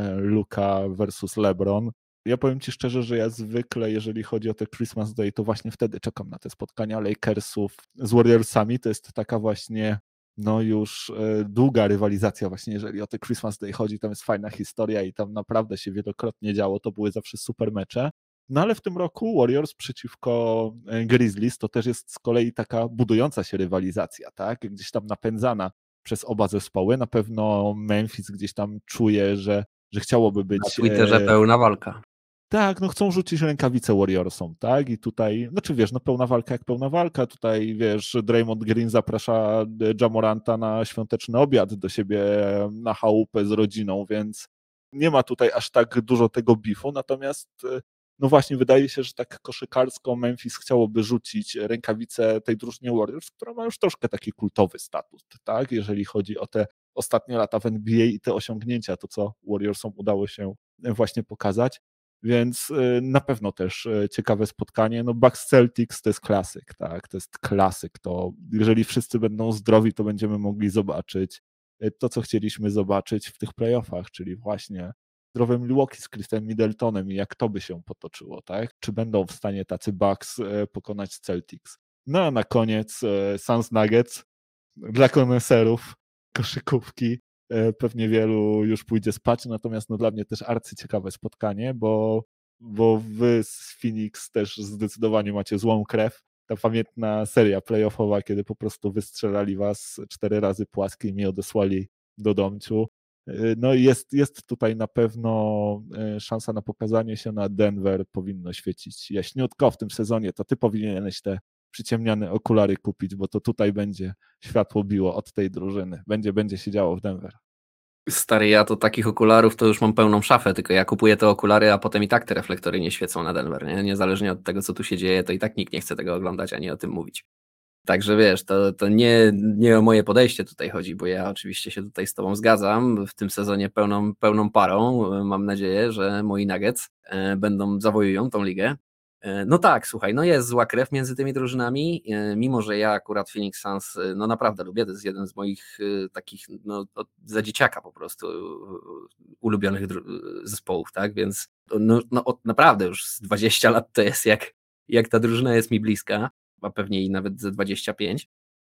Luka versus LeBron. Ja powiem ci szczerze, że ja zwykle, jeżeli chodzi o te Christmas Day, to właśnie wtedy czekam na te spotkania Lakersów z Warriorsami. To jest taka właśnie no już długa rywalizacja właśnie, jeżeli o te Christmas Day chodzi, tam jest fajna historia i tam naprawdę się wielokrotnie działo, to były zawsze super mecze. No ale w tym roku Warriors przeciwko Grizzlies to też jest z kolei taka budująca się rywalizacja, tak? Gdzieś tam napędzana przez oba zespoły. Na pewno Memphis gdzieś tam czuje, że, że chciałoby być... Na Twitterze pełna walka. Tak, no chcą rzucić rękawice Warriorsom, tak? I tutaj, znaczy wiesz, no pełna walka jak pełna walka, tutaj wiesz, Draymond Green zaprasza Ja Moranta na świąteczny obiad do siebie na chałupę z rodziną, więc nie ma tutaj aż tak dużo tego bifu, natomiast no właśnie wydaje się, że tak koszykarsko Memphis chciałoby rzucić rękawice tej drużynie Warriors, która ma już troszkę taki kultowy status, tak? Jeżeli chodzi o te ostatnie lata w N B A i te osiągnięcia, to co Warriorsom udało się właśnie pokazać. Więc na pewno też ciekawe spotkanie. No Bucks Celtics to jest klasyk, tak? To jest klasyk. To jeżeli wszyscy będą zdrowi, to będziemy mogli zobaczyć to, co chcieliśmy zobaczyć w tych playoffach, czyli właśnie zdrowe Milwaukee z Chrisem Middletonem i jak to by się potoczyło, tak? Czy będą w stanie tacy Bucks pokonać Celtics? No a na koniec Suns Nuggets dla koneserów koszykówki. Pewnie wielu już pójdzie spać, natomiast no dla mnie też arcyciekawe spotkanie, bo, bo wy z Phoenix też zdecydowanie macie złą krew. Ta pamiętna seria playoffowa, kiedy po prostu wystrzelali was cztery razy płaskim i odesłali do domciu. No i jest, jest tutaj na pewno szansa na pokazanie się, na Denver powinno świecić jaśniutko w tym sezonie. To ty powinieneś te przyciemniane okulary kupić, bo to tutaj będzie światło biło od tej drużyny. Będzie, będzie się działo w Denver. Stary, ja to takich okularów to już mam pełną szafę, tylko ja kupuję te okulary, a potem i tak te reflektory nie świecą na Denver, nie? Niezależnie od tego, co tu się dzieje, to i tak nikt nie chce tego oglądać, ani o tym mówić. Także wiesz, to, to nie, nie o moje podejście tutaj chodzi, bo ja oczywiście się tutaj z tobą zgadzam. W tym sezonie pełną, pełną parą mam nadzieję, że moi Nuggets będą zawojują tą ligę. No tak, słuchaj, no jest zła krew między tymi drużynami, mimo że ja akurat Phoenix Suns no naprawdę lubię, to jest jeden z moich takich no za dzieciaka po prostu ulubionych zespołów, tak, więc no, no naprawdę już z dwadzieścia lat to jest jak, jak ta drużyna jest mi bliska, a pewnie i nawet ze dwadzieścia pięć.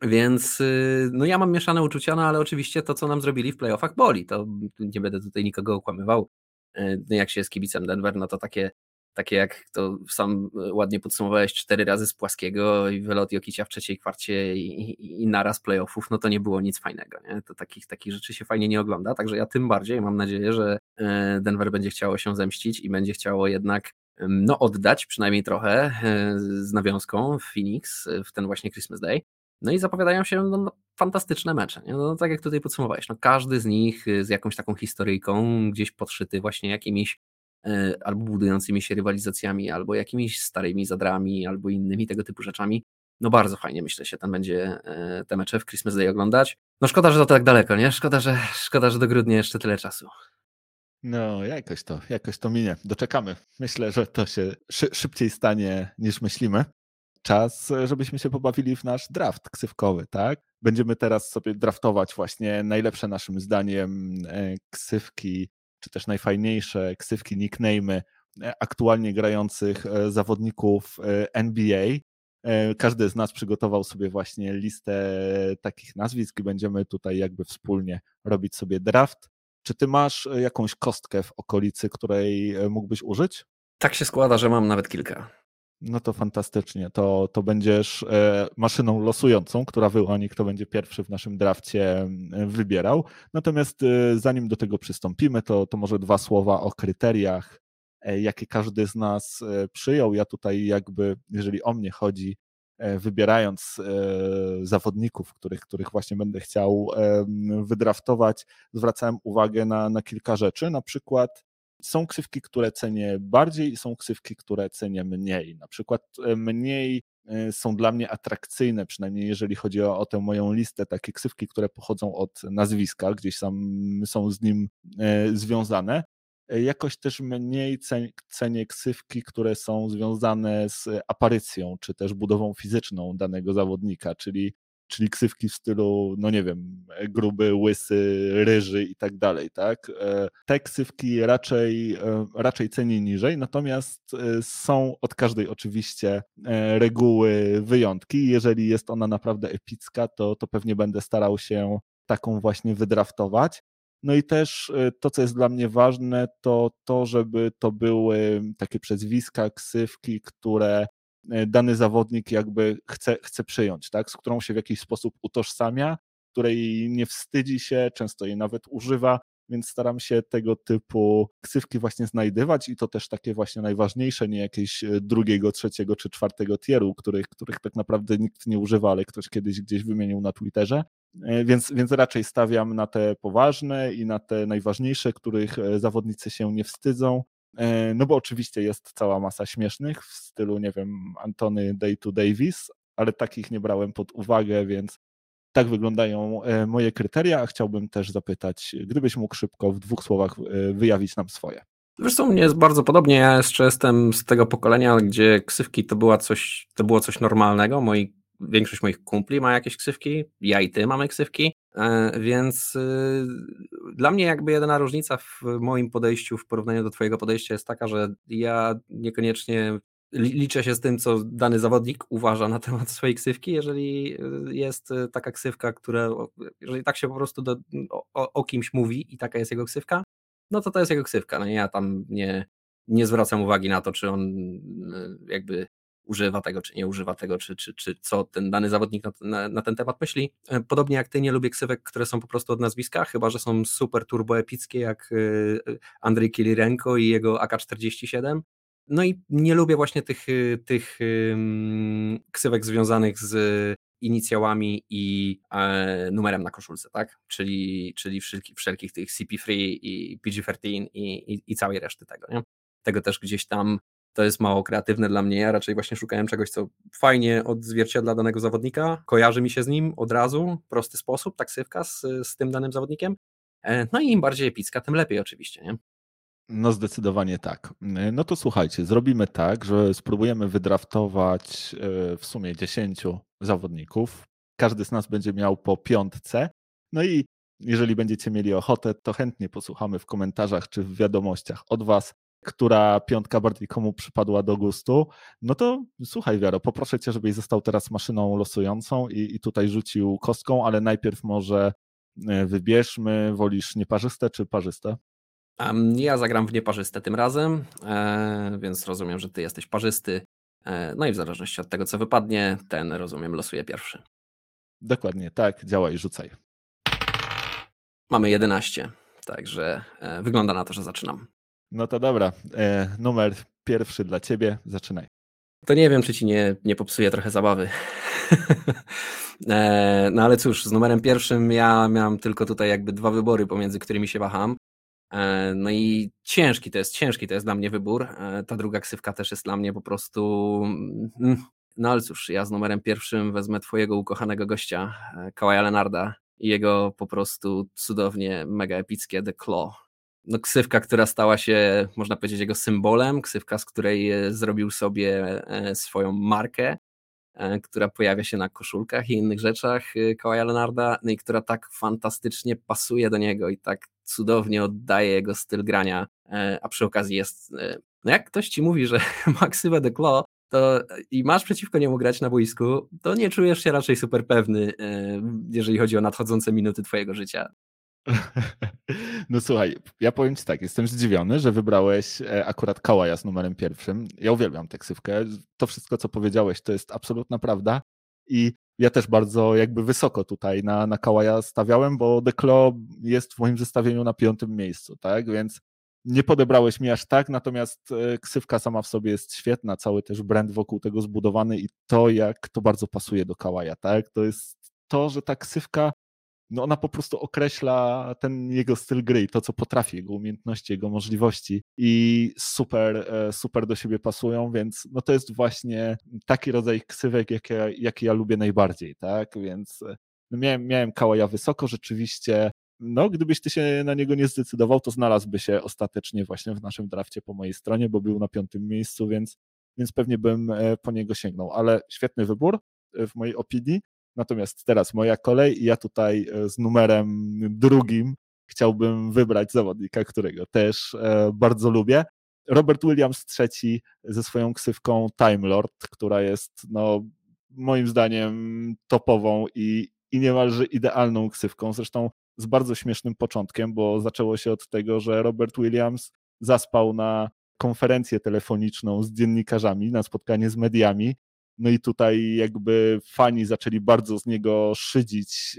Więc no ja mam mieszane uczucia, no ale oczywiście to, co nam zrobili w playoffach boli. To nie będę tutaj nikogo okłamywał. Jak się jest kibicem Denver, no to takie, takie jak to sam ładnie podsumowałeś, cztery razy z płaskiego i wylot Jokicia w trzeciej kwarcie i, i, i naraz playoffów, no to nie było nic fajnego. Nie? To takich, takich rzeczy się fajnie nie ogląda, także ja tym bardziej mam nadzieję, że Denver będzie chciało się zemścić i będzie chciało jednak no oddać przynajmniej trochę z nawiązką w Phoenix w ten właśnie Christmas Day. No i zapowiadają się no, fantastyczne mecze. Nie? No, tak jak tutaj podsumowałeś, no, każdy z nich z jakąś taką historyjką, gdzieś podszyty właśnie jakimiś e, albo budującymi się rywalizacjami, albo jakimiś starymi zadrami, albo innymi tego typu rzeczami. No bardzo fajnie, myślę, się tam będzie e, te mecze w Christmas Day oglądać. No szkoda, że to tak daleko, nie? Szkoda, że, szkoda, że do grudnia jeszcze tyle czasu. No, jakoś to, jakoś to minie. Doczekamy. Myślę, że to się szy- szybciej stanie niż myślimy. Czas, żebyśmy się pobawili w nasz draft ksywkowy, tak? Będziemy teraz sobie draftować właśnie najlepsze naszym zdaniem e, ksywki, czy też najfajniejsze ksywki, nickname'y e, aktualnie grających e, zawodników e, N B A. E, Każdy z nas przygotował sobie właśnie listę takich nazwisk i będziemy tutaj jakby wspólnie robić sobie draft. Czy ty masz e, jakąś kostkę w okolicy, której e, mógłbyś użyć? Tak się składa, że mam nawet kilka. No to fantastycznie. To, to będziesz e, maszyną losującą, która wyłoni, kto będzie pierwszy w naszym drafcie e, wybierał. Natomiast e, zanim do tego przystąpimy, to, to może dwa słowa o kryteriach, e, jakie każdy z nas e, przyjął. Ja tutaj jakby, jeżeli o mnie chodzi, e, wybierając e, zawodników, których, których właśnie będę chciał e, wydraftować, zwracałem uwagę na, na kilka rzeczy. Na przykład są ksywki, które cenię bardziej i są ksywki, które cenię mniej. Na przykład mniej są dla mnie atrakcyjne, przynajmniej jeżeli chodzi o, o tę moją listę, takie ksywki, które pochodzą od nazwiska, gdzieś tam są z nim związane. Jakoś też mniej cenię ksywki, które są związane z aparycją, czy też budową fizyczną danego zawodnika, czyli czyli ksywki w stylu, no nie wiem, gruby, łysy, ryży i tak dalej, tak? Te ksywki raczej, raczej cenię niżej, natomiast są od każdej oczywiście reguły wyjątki. Jeżeli jest ona naprawdę epicka, to, to pewnie będę starał się taką właśnie wydraftować. No i też to, co jest dla mnie ważne, to to, żeby to były takie przezwiska, ksywki, które dany zawodnik jakby chce, chce przyjąć, tak? Z którą się w jakiś sposób utożsamia, której nie wstydzi się, często jej nawet używa, więc staram się tego typu ksywki właśnie znajdywać i to też takie właśnie najważniejsze, nie jakieś drugiego, trzeciego czy czwartego tieru, których, których tak naprawdę nikt nie używa, ale ktoś kiedyś gdzieś wymienił na Twitterze. Więc, więc raczej stawiam na te poważne i na te najważniejsze, których zawodnicy się nie wstydzą. No bo oczywiście jest cała masa śmiesznych w stylu, nie wiem, Antony Day to Davis, ale takich nie brałem pod uwagę, więc tak wyglądają moje kryteria, a chciałbym też zapytać, gdybyś mógł szybko w dwóch słowach wyjawić nam swoje. Zresztą mnie jest bardzo podobnie, ja jeszcze jestem z tego pokolenia, gdzie ksywki to, była coś, to było coś normalnego. Moi, większość moich kumpli ma jakieś ksywki, ja i ty mamy ksywki, więc dla mnie jakby jedyna różnica w moim podejściu w porównaniu do twojego podejścia jest taka, że ja niekoniecznie liczę się z tym, co dany zawodnik uważa na temat swojej ksywki, jeżeli jest taka ksywka, która, jeżeli tak się po prostu do, o, o kimś mówi i taka jest jego ksywka, no to to jest jego ksywka. No ja tam nie, nie zwracam uwagi na to, czy on jakby używa tego, czy nie używa tego, czy, czy, czy co ten dany zawodnik na, na, na ten temat myśli. Podobnie jak ty, nie lubię ksywek, które są po prostu od nazwiska, chyba że są super turbo epickie, jak Andrzej Kilirenko i jego A K czterdzieści siedem. No i nie lubię właśnie tych, tych ksywek związanych z inicjałami i e, numerem na koszulce, tak? Czyli, czyli wszelki, wszelkich tych C P trzy i P G trzynaście i, i, i całej reszty tego, nie? Tego też gdzieś tam to jest mało kreatywne dla mnie. Ja raczej właśnie szukałem czegoś, co fajnie odzwierciedla danego zawodnika, kojarzy mi się z nim od razu, prosty sposób, taksywka z, z tym danym zawodnikiem. E, no i im bardziej epicka, tym lepiej oczywiście, nie? No zdecydowanie tak. No to słuchajcie, zrobimy tak, że spróbujemy wydraftować w sumie dziesięciu zawodników. Każdy z nas będzie miał po piątce. No i jeżeli będziecie mieli ochotę, to chętnie posłuchamy w komentarzach czy w wiadomościach od was, która piątka bardziej komu przypadła do gustu. No to słuchaj, Wiaro, poproszę cię, żebyś został teraz maszyną losującą i, i tutaj rzucił kostką, ale najpierw może wybierzmy, wolisz nieparzyste czy parzyste? Um, ja zagram w nieparzyste tym razem, e, więc rozumiem, że ty jesteś parzysty. E, no i w zależności od tego, co wypadnie, ten, rozumiem, losuje pierwszy. Dokładnie, tak, działaj, rzucaj. Mamy jedenaście, także e, wygląda na to, że zaczynam. No to dobra, e, numer pierwszy dla ciebie, zaczynaj. To nie wiem, czy ci nie, nie popsuje trochę zabawy. e, no ale cóż, z numerem pierwszym ja miałem tylko tutaj jakby dwa wybory, pomiędzy którymi się waham. E, no i ciężki to jest, ciężki to jest dla mnie wybór. E, ta druga ksywka też jest dla mnie po prostu... Mm, no ale cóż, ja z numerem pierwszym wezmę twojego ukochanego gościa, e, Kawaja Leonarda i jego po prostu cudownie mega epickie The Claw. No ksywka, która stała się, można powiedzieć, jego symbolem, ksywka, z której zrobił sobie swoją markę, która pojawia się na koszulkach i innych rzeczach Kawaja Leonarda, no i która tak fantastycznie pasuje do niego i tak cudownie oddaje jego styl grania, a przy okazji jest, no jak ktoś ci mówi, że ma ksywę The Claw, to i masz przeciwko niemu grać na boisku, to nie czujesz się raczej super pewny, jeżeli chodzi o nadchodzące minuty twojego życia. No słuchaj, ja powiem ci tak, jestem zdziwiony, że wybrałeś akurat Kawaja z numerem pierwszym. Ja uwielbiam tę ksywkę. To wszystko, co powiedziałeś, to jest absolutna prawda i ja też bardzo jakby wysoko tutaj na, na Kawaja stawiałem, bo The Claw jest w moim zestawieniu na piątym miejscu, tak, więc nie podebrałeś mi aż tak, natomiast ksywka sama w sobie jest świetna, cały też brand wokół tego zbudowany i to, jak to bardzo pasuje do Kawaja, tak, to jest to, że ta ksywka no ona po prostu określa ten jego styl gry i to, co potrafi, jego umiejętności, jego możliwości i super, super do siebie pasują, więc no to jest właśnie taki rodzaj ksywek, jaki ja, jaki ja lubię najbardziej, tak, więc no miałem, miałem Kawaja wysoko, rzeczywiście, no gdybyś ty się na niego nie zdecydował, to znalazłby się ostatecznie właśnie w naszym drafcie po mojej stronie, bo był na piątym miejscu, więc, więc pewnie bym po niego sięgnął, ale świetny wybór w mojej opinii. Natomiast teraz moja kolej i ja tutaj z numerem drugim chciałbym wybrać zawodnika, którego też bardzo lubię. Robert Williams trzeci ze swoją ksywką Time Lord, która jest no, moim zdaniem topową i, i niemalże idealną ksywką. Zresztą z bardzo śmiesznym początkiem, bo zaczęło się od tego, że Robert Williams zaspał na konferencję telefoniczną z dziennikarzami, na spotkanie z mediami. No i tutaj jakby fani zaczęli bardzo z niego szydzić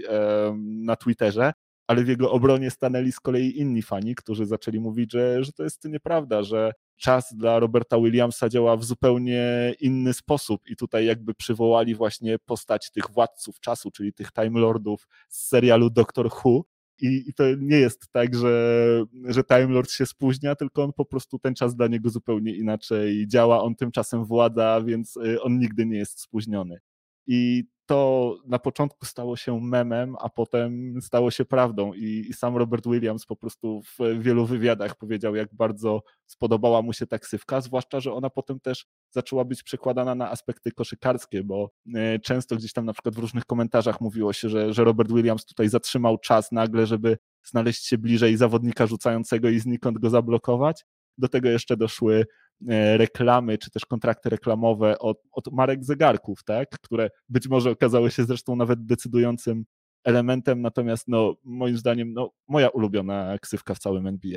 na Twitterze, ale w jego obronie stanęli z kolei inni fani, którzy zaczęli mówić, że, że to jest nieprawda, że czas dla Roberta Williamsa działa w zupełnie inny sposób i tutaj jakby przywołali właśnie postać tych władców czasu, czyli tych Time Lordów z serialu Doctor Who. I, I to nie jest tak, że, że Time Lord się spóźnia, tylko on po prostu ten czas dla niego zupełnie inaczej działa, on tymczasem włada, więc on nigdy nie jest spóźniony. I to na początku stało się memem, a potem stało się prawdą i, i sam Robert Williams po prostu w wielu wywiadach powiedział, jak bardzo spodobała mu się ta ksywka, zwłaszcza, że ona potem też zaczęła być przekładana na aspekty koszykarskie, bo często gdzieś tam na przykład w różnych komentarzach mówiło się, że, że Robert Williams tutaj zatrzymał czas nagle, żeby znaleźć się bliżej zawodnika rzucającego i znikąd go zablokować. Do tego jeszcze doszły reklamy, czy też kontrakty reklamowe od, od marek zegarków, tak, które być może okazały się zresztą nawet decydującym elementem, natomiast no, moim zdaniem no, moja ulubiona ksywka w całym N B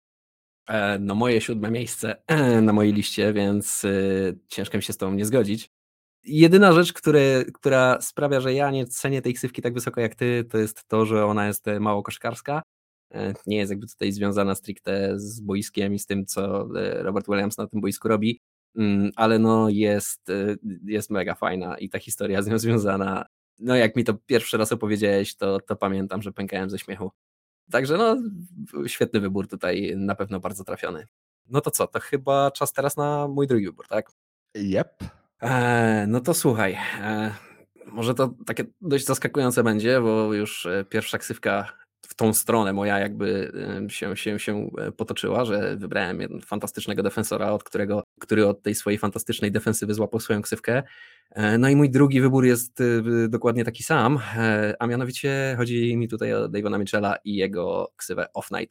A. No moje siódme miejsce na mojej liście, więc ciężko mi się z tobą nie zgodzić. Jedyna rzecz, który, która sprawia, że ja nie cenię tej ksywki tak wysoko jak ty, to jest to, że ona jest mało koszykarska. Nie jest jakby tutaj związana stricte z boiskiem i z tym, co Robert Williams na tym boisku robi, ale no jest, jest mega fajna i ta historia z nią związana, no jak mi to pierwszy raz opowiedziałeś, to, to pamiętam, że pękałem ze śmiechu. Także no świetny wybór tutaj, na pewno bardzo trafiony. No to co, to chyba czas teraz na mój drugi wybór, tak? Yep. Eee, no to słuchaj, eee, może to takie dość zaskakujące będzie, bo już pierwsza ksywka w tą stronę moja jakby się, się, się potoczyła, że wybrałem fantastycznego defensora, od którego, który od tej swojej fantastycznej defensywy złapał swoją ksywkę. No i mój drugi wybór jest dokładnie taki sam, a mianowicie chodzi mi tutaj o Davona Mitchella i jego ksywę Off Night.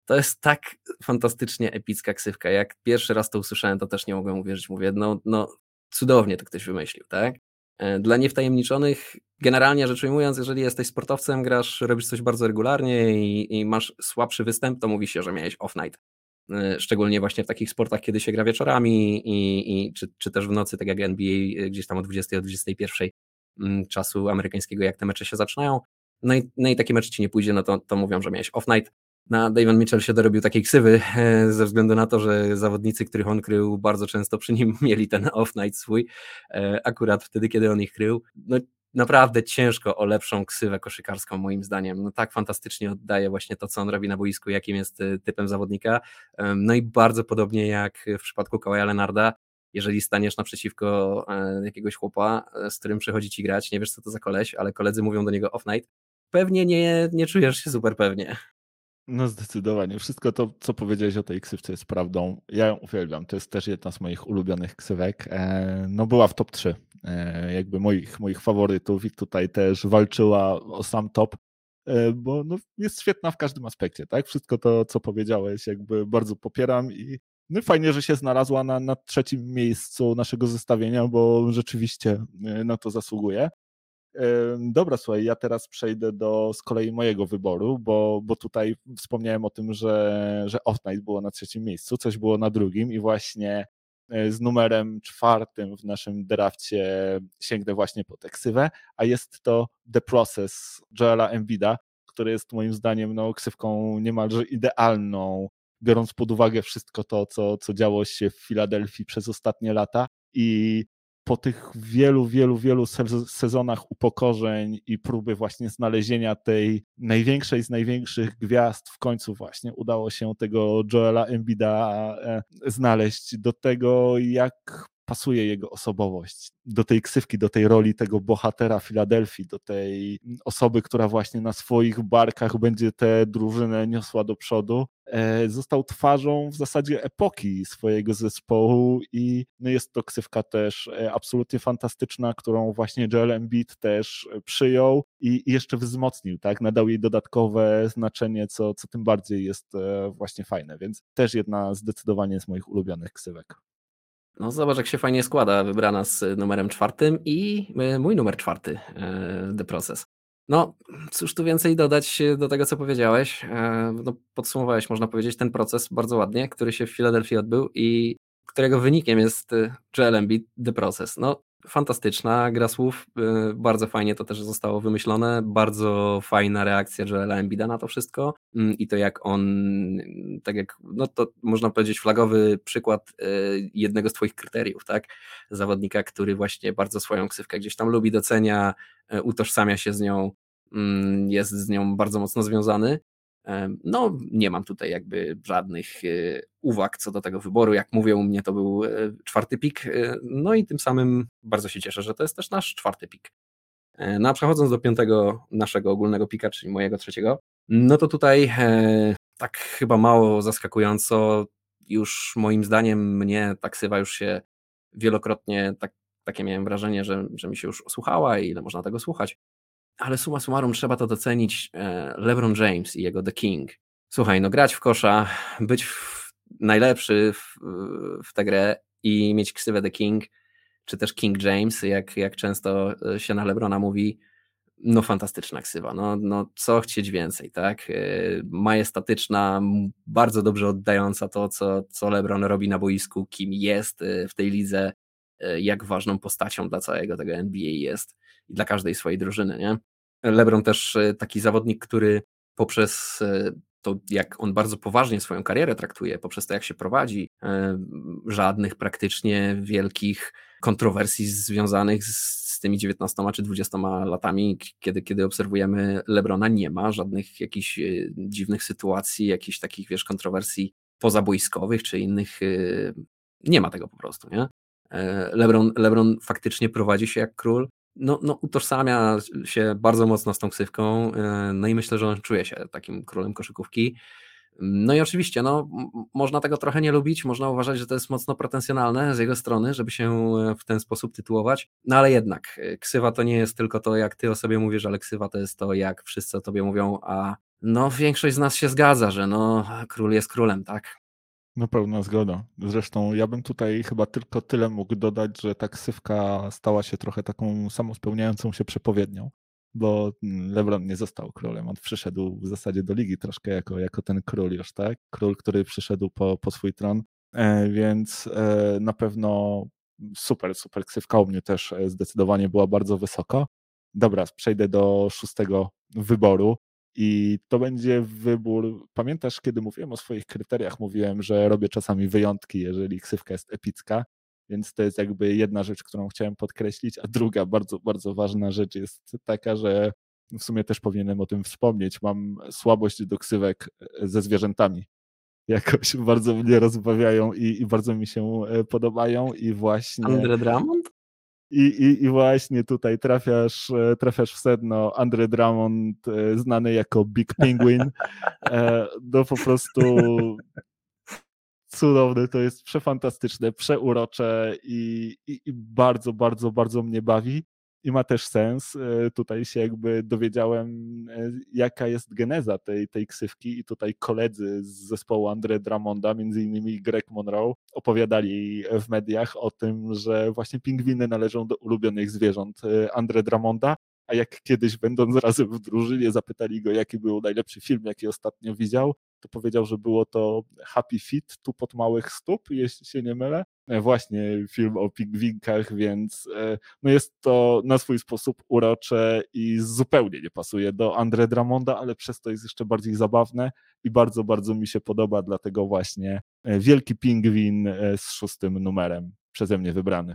To jest tak fantastycznie epicka ksywka. Jak pierwszy raz to usłyszałem, to też nie mogłem uwierzyć. Mówię, no, no cudownie to ktoś wymyślił, tak? Dla niewtajemniczonych, generalnie rzecz ujmując, jeżeli jesteś sportowcem, grasz, robisz coś bardzo regularnie i, i masz słabszy występ, to mówi się, że miałeś off night. Szczególnie właśnie w takich sportach, kiedy się gra wieczorami i, i czy, czy też w nocy, tak jak N B A, gdzieś tam o dwudziestej, o dwudziestej pierwszej czasu amerykańskiego, jak te mecze się zaczynają. No i, no i taki mecz ci nie pójdzie, no to, to mówią, że miałeś off night. No, Davion Mitchell się dorobił takiej ksywy ze względu na to, że zawodnicy, których on krył, bardzo często przy nim mieli ten off night swój, akurat wtedy, kiedy on ich krył. No naprawdę ciężko o lepszą ksywę koszykarską moim zdaniem. No tak fantastycznie oddaje właśnie to, co on robi na boisku, jakim jest typem zawodnika. No i bardzo podobnie jak w przypadku Kawaja Leonarda, jeżeli staniesz naprzeciwko jakiegoś chłopa, z którym przychodzi ci grać, nie wiesz co to za koleś, ale koledzy mówią do niego off night, pewnie nie, nie czujesz się super pewnie. No zdecydowanie. Wszystko to, co powiedziałeś o tej ksywce jest prawdą. Ja ją uwielbiam. To jest też jedna z moich ulubionych ksywek. No była w top trzy jakby moich, moich faworytów i tutaj też walczyła o sam top, bo no jest świetna w każdym aspekcie, tak? Wszystko to, co powiedziałeś, jakby bardzo popieram i no fajnie, że się znalazła na, na trzecim miejscu naszego zestawienia, bo rzeczywiście na to zasługuje. Dobra, słuchaj, ja teraz przejdę do z kolei mojego wyboru, bo, bo tutaj wspomniałem o tym, że, że Off Night było na trzecim miejscu, coś było na drugim i właśnie z numerem czwartym w naszym drafcie sięgnę właśnie po tę ksywę, a jest to The Process Joela Embida, który jest moim zdaniem no, ksywką niemalże idealną, biorąc pod uwagę wszystko to, co, co działo się w Filadelfii przez ostatnie lata i po tych wielu, wielu, wielu sezonach upokorzeń i próby właśnie znalezienia tej największej z największych gwiazd, w końcu właśnie udało się tego Joela Embida znaleźć. Do tego, jak pasuje jego osobowość, do tej ksywki, do tej roli tego bohatera Filadelfii, do tej osoby, która właśnie na swoich barkach będzie tę drużynę niosła do przodu. Został twarzą w zasadzie epoki swojego zespołu i no jest to ksywka też absolutnie fantastyczna, którą właśnie Joel Embiid też przyjął i jeszcze wzmocnił, tak? Nadał jej dodatkowe znaczenie, co, co tym bardziej jest właśnie fajne, więc też jedna zdecydowanie z moich ulubionych ksywek. No zobacz, jak się fajnie składa, wybrana z numerem czwartym i mój numer czwarty, The Process. No, cóż tu więcej dodać do tego, co powiedziałeś. No, podsumowałeś, można powiedzieć, ten proces bardzo ładnie, który się w Filadelfii odbył i którego wynikiem jest Joel Embiid, The Process. No, fantastyczna gra słów, bardzo fajnie to też zostało wymyślone, bardzo fajna reakcja Joela Embida na to wszystko i to jak on, tak jak, no to można powiedzieć flagowy przykład jednego z twoich kryteriów, tak? Zawodnika, który właśnie bardzo swoją ksywkę gdzieś tam lubi, docenia, utożsamia się z nią, jest z nią bardzo mocno związany. No, nie mam tutaj jakby żadnych uwag co do tego wyboru. Jak mówię, u mnie to był czwarty pik. No i tym samym bardzo się cieszę, że to jest też nasz czwarty pik. No a przechodząc do piątego naszego ogólnego pika, czyli mojego trzeciego, no to tutaj tak chyba mało zaskakująco, już moim zdaniem mnie ta ksywa już się wielokrotnie, tak, takie miałem wrażenie, że, że mi się już osłuchała i ile można tego słuchać. Ale summa summarum trzeba to docenić, LeBron James i jego The King. Słuchaj, no grać w kosza, być w, najlepszy w, w tę grę i mieć ksywę The King, czy też King James, jak, jak często się na LeBrona mówi, no fantastyczna ksywa, no, no co chcieć więcej, tak? Majestatyczna, bardzo dobrze oddająca to, co, co LeBron robi na boisku, kim jest w tej lidze, jak ważną postacią dla całego tego N B A jest i dla każdej swojej drużyny, nie? LeBron też taki zawodnik, który poprzez to, jak on bardzo poważnie swoją karierę traktuje, poprzez to, jak się prowadzi, żadnych praktycznie wielkich kontrowersji związanych z, z tymi dziewiętnastoma czy dwudziestoma latami, kiedy, kiedy obserwujemy LeBrona, nie ma żadnych jakichś dziwnych sytuacji, jakichś takich, wiesz, kontrowersji pozaboiskowych czy innych, nie ma tego po prostu, nie? LeBron, LeBron faktycznie prowadzi się jak król, no, no utożsamia się bardzo mocno z tą ksywką, no i myślę, że on czuje się takim królem koszykówki. No i oczywiście, no, można tego trochę nie lubić, można uważać, że to jest mocno pretensjonalne z jego strony, żeby się w ten sposób tytułować, no ale jednak ksywa to nie jest tylko to, jak ty o sobie mówisz, ale ksywa to jest to, jak wszyscy o tobie mówią, a No, większość z nas się zgadza, że no, król jest królem, tak? No pełna zgoda. Zresztą ja bym tutaj chyba tylko tyle mógł dodać, że ta ksywka stała się trochę taką samospełniającą się przepowiednią, bo LeBron nie został królem. On przyszedł w zasadzie do ligi troszkę jako, jako ten król już, tak? Król, który przyszedł po, po swój tron, e, więc e, na pewno super, super ksywka u mnie też e, zdecydowanie była bardzo wysoko. Dobra, przejdę do szóstego wyboru. I to będzie wybór. Pamiętasz, kiedy mówiłem o swoich kryteriach, mówiłem, że robię czasami wyjątki, jeżeli ksywka jest epicka, więc to jest jakby jedna rzecz, którą chciałem podkreślić, a druga bardzo, bardzo ważna rzecz jest taka, że w sumie też powinienem o tym wspomnieć. Mam słabość do ksywek ze zwierzętami. Jakoś bardzo mnie rozbawiają i, i bardzo mi się podobają i właśnie Andre Drummond? i, i, I właśnie tutaj trafiasz, e, trafiasz w sedno. Andre Drummond, e, znany jako Big Penguin. E, No po prostu cudowny, to jest przefantastyczne, przeurocze i, i, i bardzo, bardzo, bardzo mnie bawi i ma też sens. E, Tutaj się jakby dowiedziałem, e, jaka jest geneza tej, tej ksywki i tutaj koledzy z zespołu Andre Drummonda, między innymi Greg Monroe, opowiadali w mediach o tym, że właśnie pingwiny należą do ulubionych zwierząt e, Andre Drummonda, a jak kiedyś będąc razem w drużynie zapytali go, jaki był najlepszy film, jaki ostatnio widział, to powiedział, że było to Happy Feet, tupot małych stóp, jeśli się nie mylę. Właśnie film o pingwinkach, więc no jest to na swój sposób urocze i zupełnie nie pasuje do Andre Drummonda, ale przez to jest jeszcze bardziej zabawne i bardzo, bardzo mi się podoba, dlatego właśnie Wielki Pingwin z szóstym numerem przeze mnie wybrany.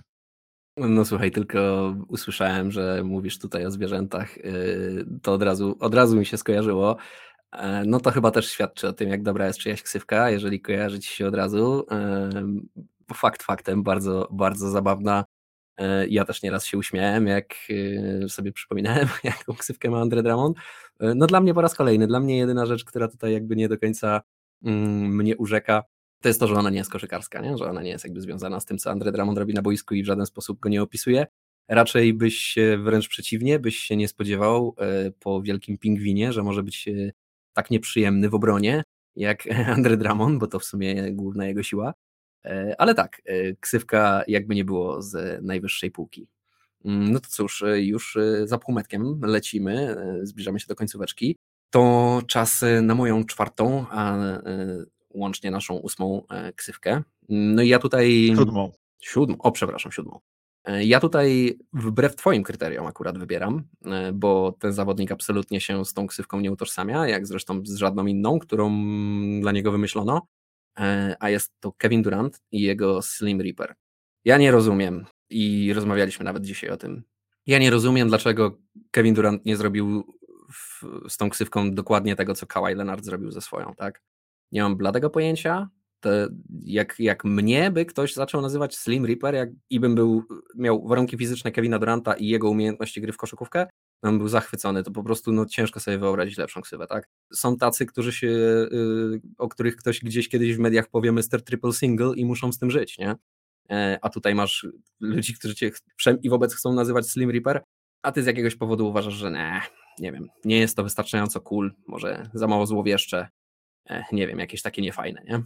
No słuchaj, tylko usłyszałem, że mówisz tutaj o zwierzętach, yy, to od razu, od razu mi się skojarzyło. E, No to chyba też świadczy o tym, jak dobra jest czyjaś ksywka, jeżeli kojarzy ci się od razu. Em, Fakt faktem, bardzo, bardzo zabawna. E, Ja też nieraz się uśmiałem, jak e, sobie przypominałem, jaką ksywkę ma Andre Drummond. E, No dla mnie po raz kolejny, dla mnie jedyna rzecz, która tutaj jakby nie do końca mm, mnie urzeka, to jest to, że ona nie jest koszykarska, nie? Że ona nie jest jakby związana z tym, co Andre Drummond robi na boisku i w żaden sposób go nie opisuje. Raczej byś się, wręcz przeciwnie, byś się nie spodziewał e, po Wielkim Pingwinie, że może być e, tak nieprzyjemny w obronie jak Andre Drummond, bo to w sumie główna jego siła. E, Ale tak, e, ksywka jakby nie było z najwyższej półki. Mm, No to cóż, e, już e, za półmetkiem lecimy, e, zbliżamy się do końcóweczki. To czas e, na moją czwartą, a e, łącznie naszą ósmą e, ksywkę. No i ja tutaj... Siódmą. Siódmą, o przepraszam, siódmą. E, Ja tutaj wbrew twoim kryteriom akurat wybieram, e, bo ten zawodnik absolutnie się z tą ksywką nie utożsamia, jak zresztą z żadną inną, którą dla niego wymyślono, e, a jest to Kevin Durant i jego Slim Reaper. Ja nie rozumiem i rozmawialiśmy nawet dzisiaj o tym. Ja nie rozumiem, dlaczego Kevin Durant nie zrobił w, z tą ksywką dokładnie tego, co Kawhi Leonard zrobił ze swoją, tak? Nie mam bladego pojęcia. To jak, jak mnie by ktoś zaczął nazywać Slim Reaper jak, i bym był, miał warunki fizyczne Kevina Duranta i jego umiejętności gry w koszykówkę, to bym był zachwycony. To po prostu no, ciężko sobie wyobrazić lepszą ksywę, tak? Są tacy, którzy się, yy, o których ktoś gdzieś kiedyś w mediach powie mister Triple Single i muszą z tym żyć, nie? E, a tutaj masz ludzi, którzy cię wszem i wobec chcą nazywać Slim Reaper, a ty z jakiegoś powodu uważasz, że nie, nie wiem, nie jest to wystarczająco cool, może za mało złowieszcze, e, nie wiem, jakieś takie niefajne, nie?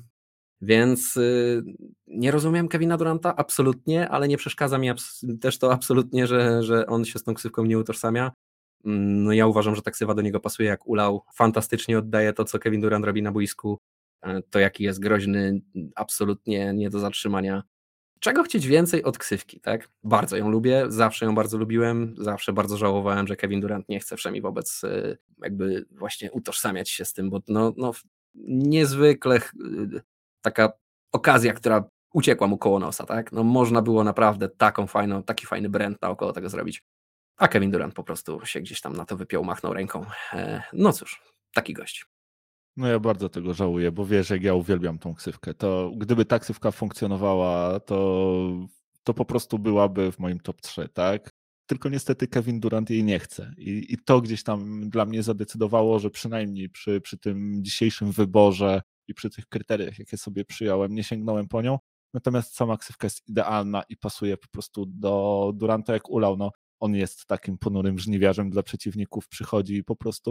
Więc y, nie rozumiem Kevina Duranta absolutnie, ale nie przeszkadza mi abs- też to absolutnie, że, że on się z tą ksywką nie utożsamia. Mm, No ja uważam, że ta ksywa do niego pasuje jak ulał. Fantastycznie oddaje to, co Kevin Durant robi na boisku. E, To jaki jest groźny, absolutnie nie do zatrzymania. Czego chcieć więcej od ksywki, tak? Bardzo ją lubię, zawsze ją bardzo lubiłem, zawsze bardzo żałowałem, że Kevin Durant nie chce wszemi wobec y, jakby właśnie utożsamiać się z tym, bo no, no niezwykle y, taka okazja, która uciekła mu koło nosa, tak? No można było naprawdę taką fajną, taki fajny brand naokoło tego zrobić. A Kevin Durant po prostu się gdzieś tam na to wypiął, machnął ręką. E, No cóż, taki gość. No ja bardzo tego żałuję, bo wiesz, jak ja uwielbiam tą ksywkę. To gdyby ta ksywka funkcjonowała, to, to po prostu byłaby w moim top trzy, tak? Tylko niestety Kevin Durant jej nie chce. I, i to gdzieś tam dla mnie zadecydowało, że przynajmniej przy, przy tym dzisiejszym wyborze i przy tych kryteriach, jakie sobie przyjąłem, nie sięgnąłem po nią. Natomiast sama ksywka jest idealna i pasuje po prostu do Duranta jak ulał. No, on jest takim ponurym żniwiarzem dla przeciwników, przychodzi i po prostu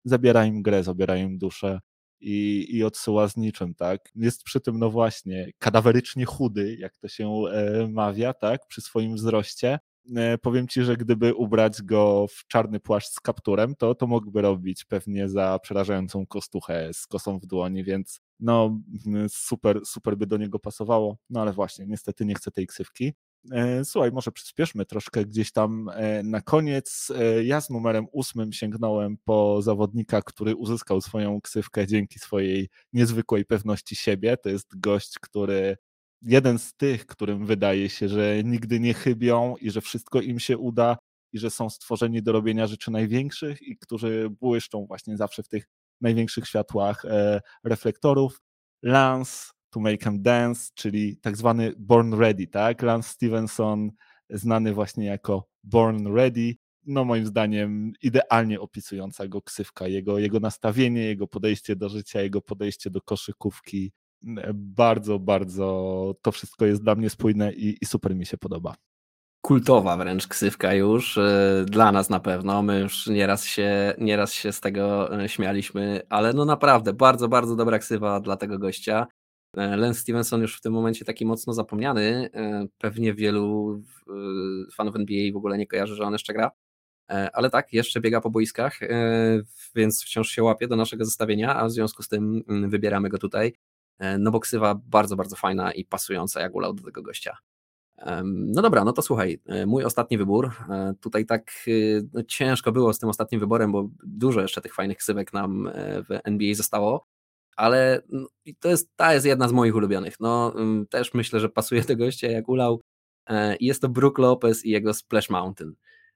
zabiera im grę, zabiera im duszę i, i odsyła z niczym, tak? Jest przy tym, no właśnie, kadawerycznie chudy, jak to się e, mawia, tak? Przy swoim wzroście. E, powiem ci, że gdyby ubrać go w czarny płaszcz z kapturem, to, to mógłby robić pewnie za przerażającą kostuchę z kosą w dłoni, więc no super, super by do niego pasowało, no ale właśnie, niestety nie chcę tej ksywki. E, Słuchaj, może przyspieszmy troszkę gdzieś tam e, na koniec. E, Ja z numerem ósmym sięgnąłem po zawodnika, który uzyskał swoją ksywkę dzięki swojej niezwykłej pewności siebie. To jest gość, który jeden z tych, którym wydaje się, że nigdy nie chybią i że wszystko im się uda i że są stworzeni do robienia rzeczy największych i którzy błyszczą właśnie zawsze w tych największych światłach e, reflektorów. Lance to make them dance, czyli tak zwany Born Ready, tak? Lance Stevenson, znany właśnie jako Born Ready, no moim zdaniem idealnie opisująca go ksywka, jego, jego nastawienie, jego podejście do życia, jego podejście do koszykówki. Bardzo, bardzo to wszystko jest dla mnie spójne i, i super mi się podoba. Kultowa wręcz ksywka już, dla nas na pewno, my już nieraz się, nieraz się z tego śmialiśmy, ale no naprawdę bardzo, bardzo dobra ksywa dla tego gościa. Lance Stevenson już w tym momencie taki mocno zapomniany, pewnie wielu fanów N B A w ogóle nie kojarzy, że on jeszcze gra, ale tak, jeszcze biega po boiskach, więc wciąż się łapie do naszego zestawienia, a w związku z tym wybieramy go tutaj, no bo ksywa bardzo, bardzo fajna i pasująca jak ulał do tego gościa. No dobra, no to słuchaj, mój ostatni wybór, tutaj tak no ciężko było z tym ostatnim wyborem, bo dużo jeszcze tych fajnych ksywek nam w N B A zostało, ale to jest, ta jest jedna z moich ulubionych, no też myślę, że pasuje do gościa jak ulał i jest to Brook Lopez i jego Splash Mountain.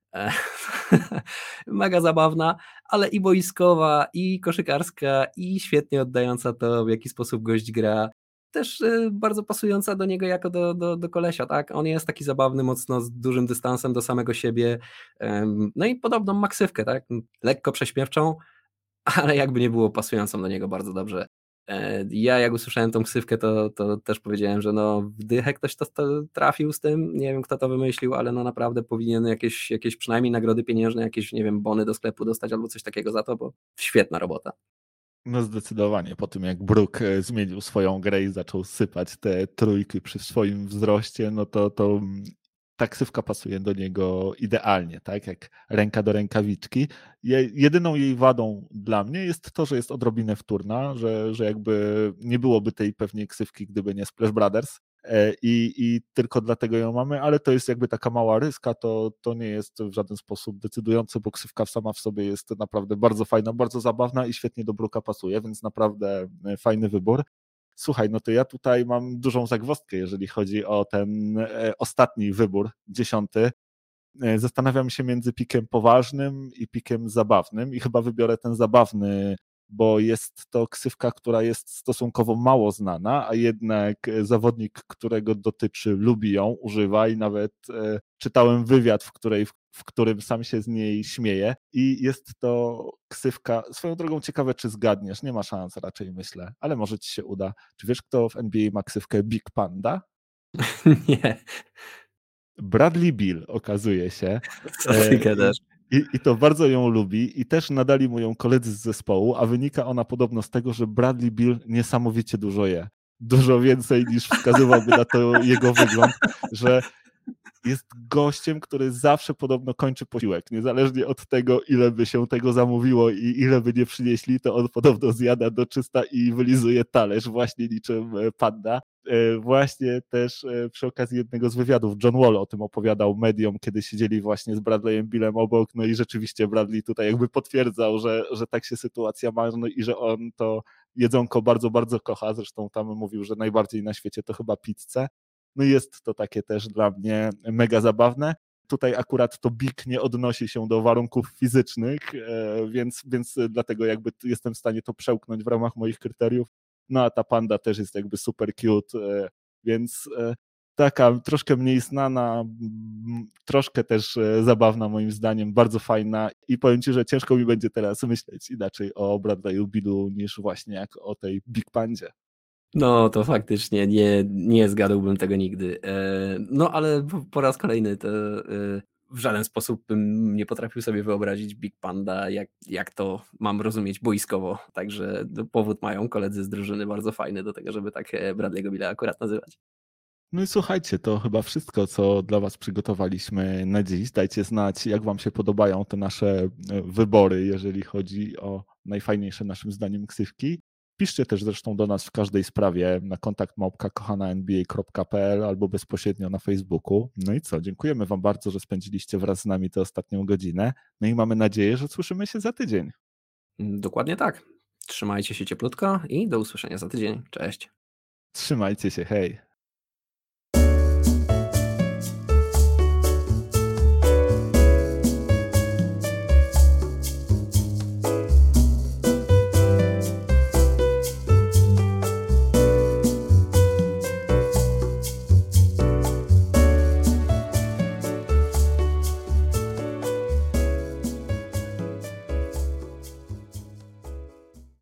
Mega zabawna, ale i boiskowa, i koszykarska, i świetnie oddająca to, w jaki sposób gość gra. Też bardzo pasująca do niego jako do, do, do kolesia, tak? On jest taki zabawny, mocno z dużym dystansem do samego siebie. No i podobną maksywkę, tak? Lekko prześmiewczą, ale jakby nie było pasującą do niego bardzo dobrze. Ja jak usłyszałem tą ksywkę, to, to też powiedziałem, że no w dychę ktoś to, to trafił z tym, nie wiem kto to wymyślił, ale no naprawdę powinien jakieś, jakieś przynajmniej nagrody pieniężne, jakieś nie wiem bony do sklepu dostać albo coś takiego za to, bo świetna robota. No zdecydowanie, po tym jak Brook zmienił swoją grę i zaczął sypać te trójki przy swoim wzroście, no to, to ta ksywka pasuje do niego idealnie, tak jak ręka do rękawiczki. Je, jedyną jej wadą dla mnie jest to, że jest odrobinę wtórna, że, że jakby nie byłoby tej pewnej ksywki, gdyby nie Splash Brothers. I, i tylko dlatego ją mamy, ale to jest jakby taka mała ryska, to, to nie jest w żaden sposób decydujące, bo ksywka sama w sobie jest naprawdę bardzo fajna, bardzo zabawna i świetnie do Brooka pasuje, więc naprawdę fajny wybór. Słuchaj, no to ja tutaj mam dużą zagwozdkę, jeżeli chodzi o ten ostatni wybór, dziesiąty. Zastanawiam się między pikiem poważnym i pikiem zabawnym i chyba wybiorę ten zabawny, bo jest to ksywka, która jest stosunkowo mało znana, a jednak zawodnik, którego dotyczy, lubi ją, używa i nawet e, czytałem wywiad, w, której, w, w którym sam się z niej śmieje i jest to ksywka, swoją drogą ciekawe, czy zgadniesz, nie ma szans raczej myślę, ale może ci się uda. Czy wiesz, kto w N B A ma ksywkę Big Panda? Nie. Bradley Beal okazuje się. Co ty gadasz? I, I to bardzo ją lubi i też nadali mu ją koledzy z zespołu, a wynika ona podobno z tego, że Bradley Beal niesamowicie dużo je. Dużo więcej niż wskazywałby na to jego wygląd, że jest gościem, który zawsze podobno kończy posiłek. Niezależnie od tego, ile by się tego zamówiło i ile by nie przynieśli, to on podobno zjada do czysta i wylizuje talerz, właśnie niczym panda. Właśnie też przy okazji jednego z wywiadów John Wall o tym opowiadał mediom, kiedy siedzieli właśnie z Bradleyem Billem obok, no i rzeczywiście Bradley tutaj jakby potwierdzał, że, że tak się sytuacja ma, no i że on to jedzonko bardzo, bardzo kocha, zresztą tam mówił, że najbardziej na świecie to chyba pizzę. No jest to takie też dla mnie mega zabawne. Tutaj akurat to Big nie odnosi się do warunków fizycznych, więc, więc dlatego jakby jestem w stanie to przełknąć w ramach moich kryteriów. No a ta panda też jest jakby super cute, więc taka troszkę mniej znana, troszkę też zabawna moim zdaniem, bardzo fajna i powiem ci, że ciężko mi będzie teraz myśleć inaczej o Bradley'u Billu niż właśnie jak o tej Big Pandzie. No to faktycznie nie, nie zgadłbym tego nigdy. No ale po raz kolejny to w żaden sposób bym nie potrafił sobie wyobrazić Big Panda, jak, jak to mam rozumieć boiskowo. Także no, powód mają koledzy z drużyny bardzo fajny do tego, żeby tak e, Bradley'ego Billa akurat nazywać. No i słuchajcie, to chyba wszystko, co dla Was przygotowaliśmy na dziś. Dajcie znać, jak Wam się podobają te nasze e, wybory, jeżeli chodzi o najfajniejsze naszym zdaniem ksywki. Piszcie też zresztą do nas w każdej sprawie na kontakt małpka kochana n b a kropka p l albo bezpośrednio na Facebooku. No i co, dziękujemy Wam bardzo, że spędziliście wraz z nami tę ostatnią godzinę. No i mamy nadzieję, że słyszymy się za tydzień. Dokładnie tak. Trzymajcie się cieplutko i do usłyszenia za tydzień. Cześć. Trzymajcie się, hej.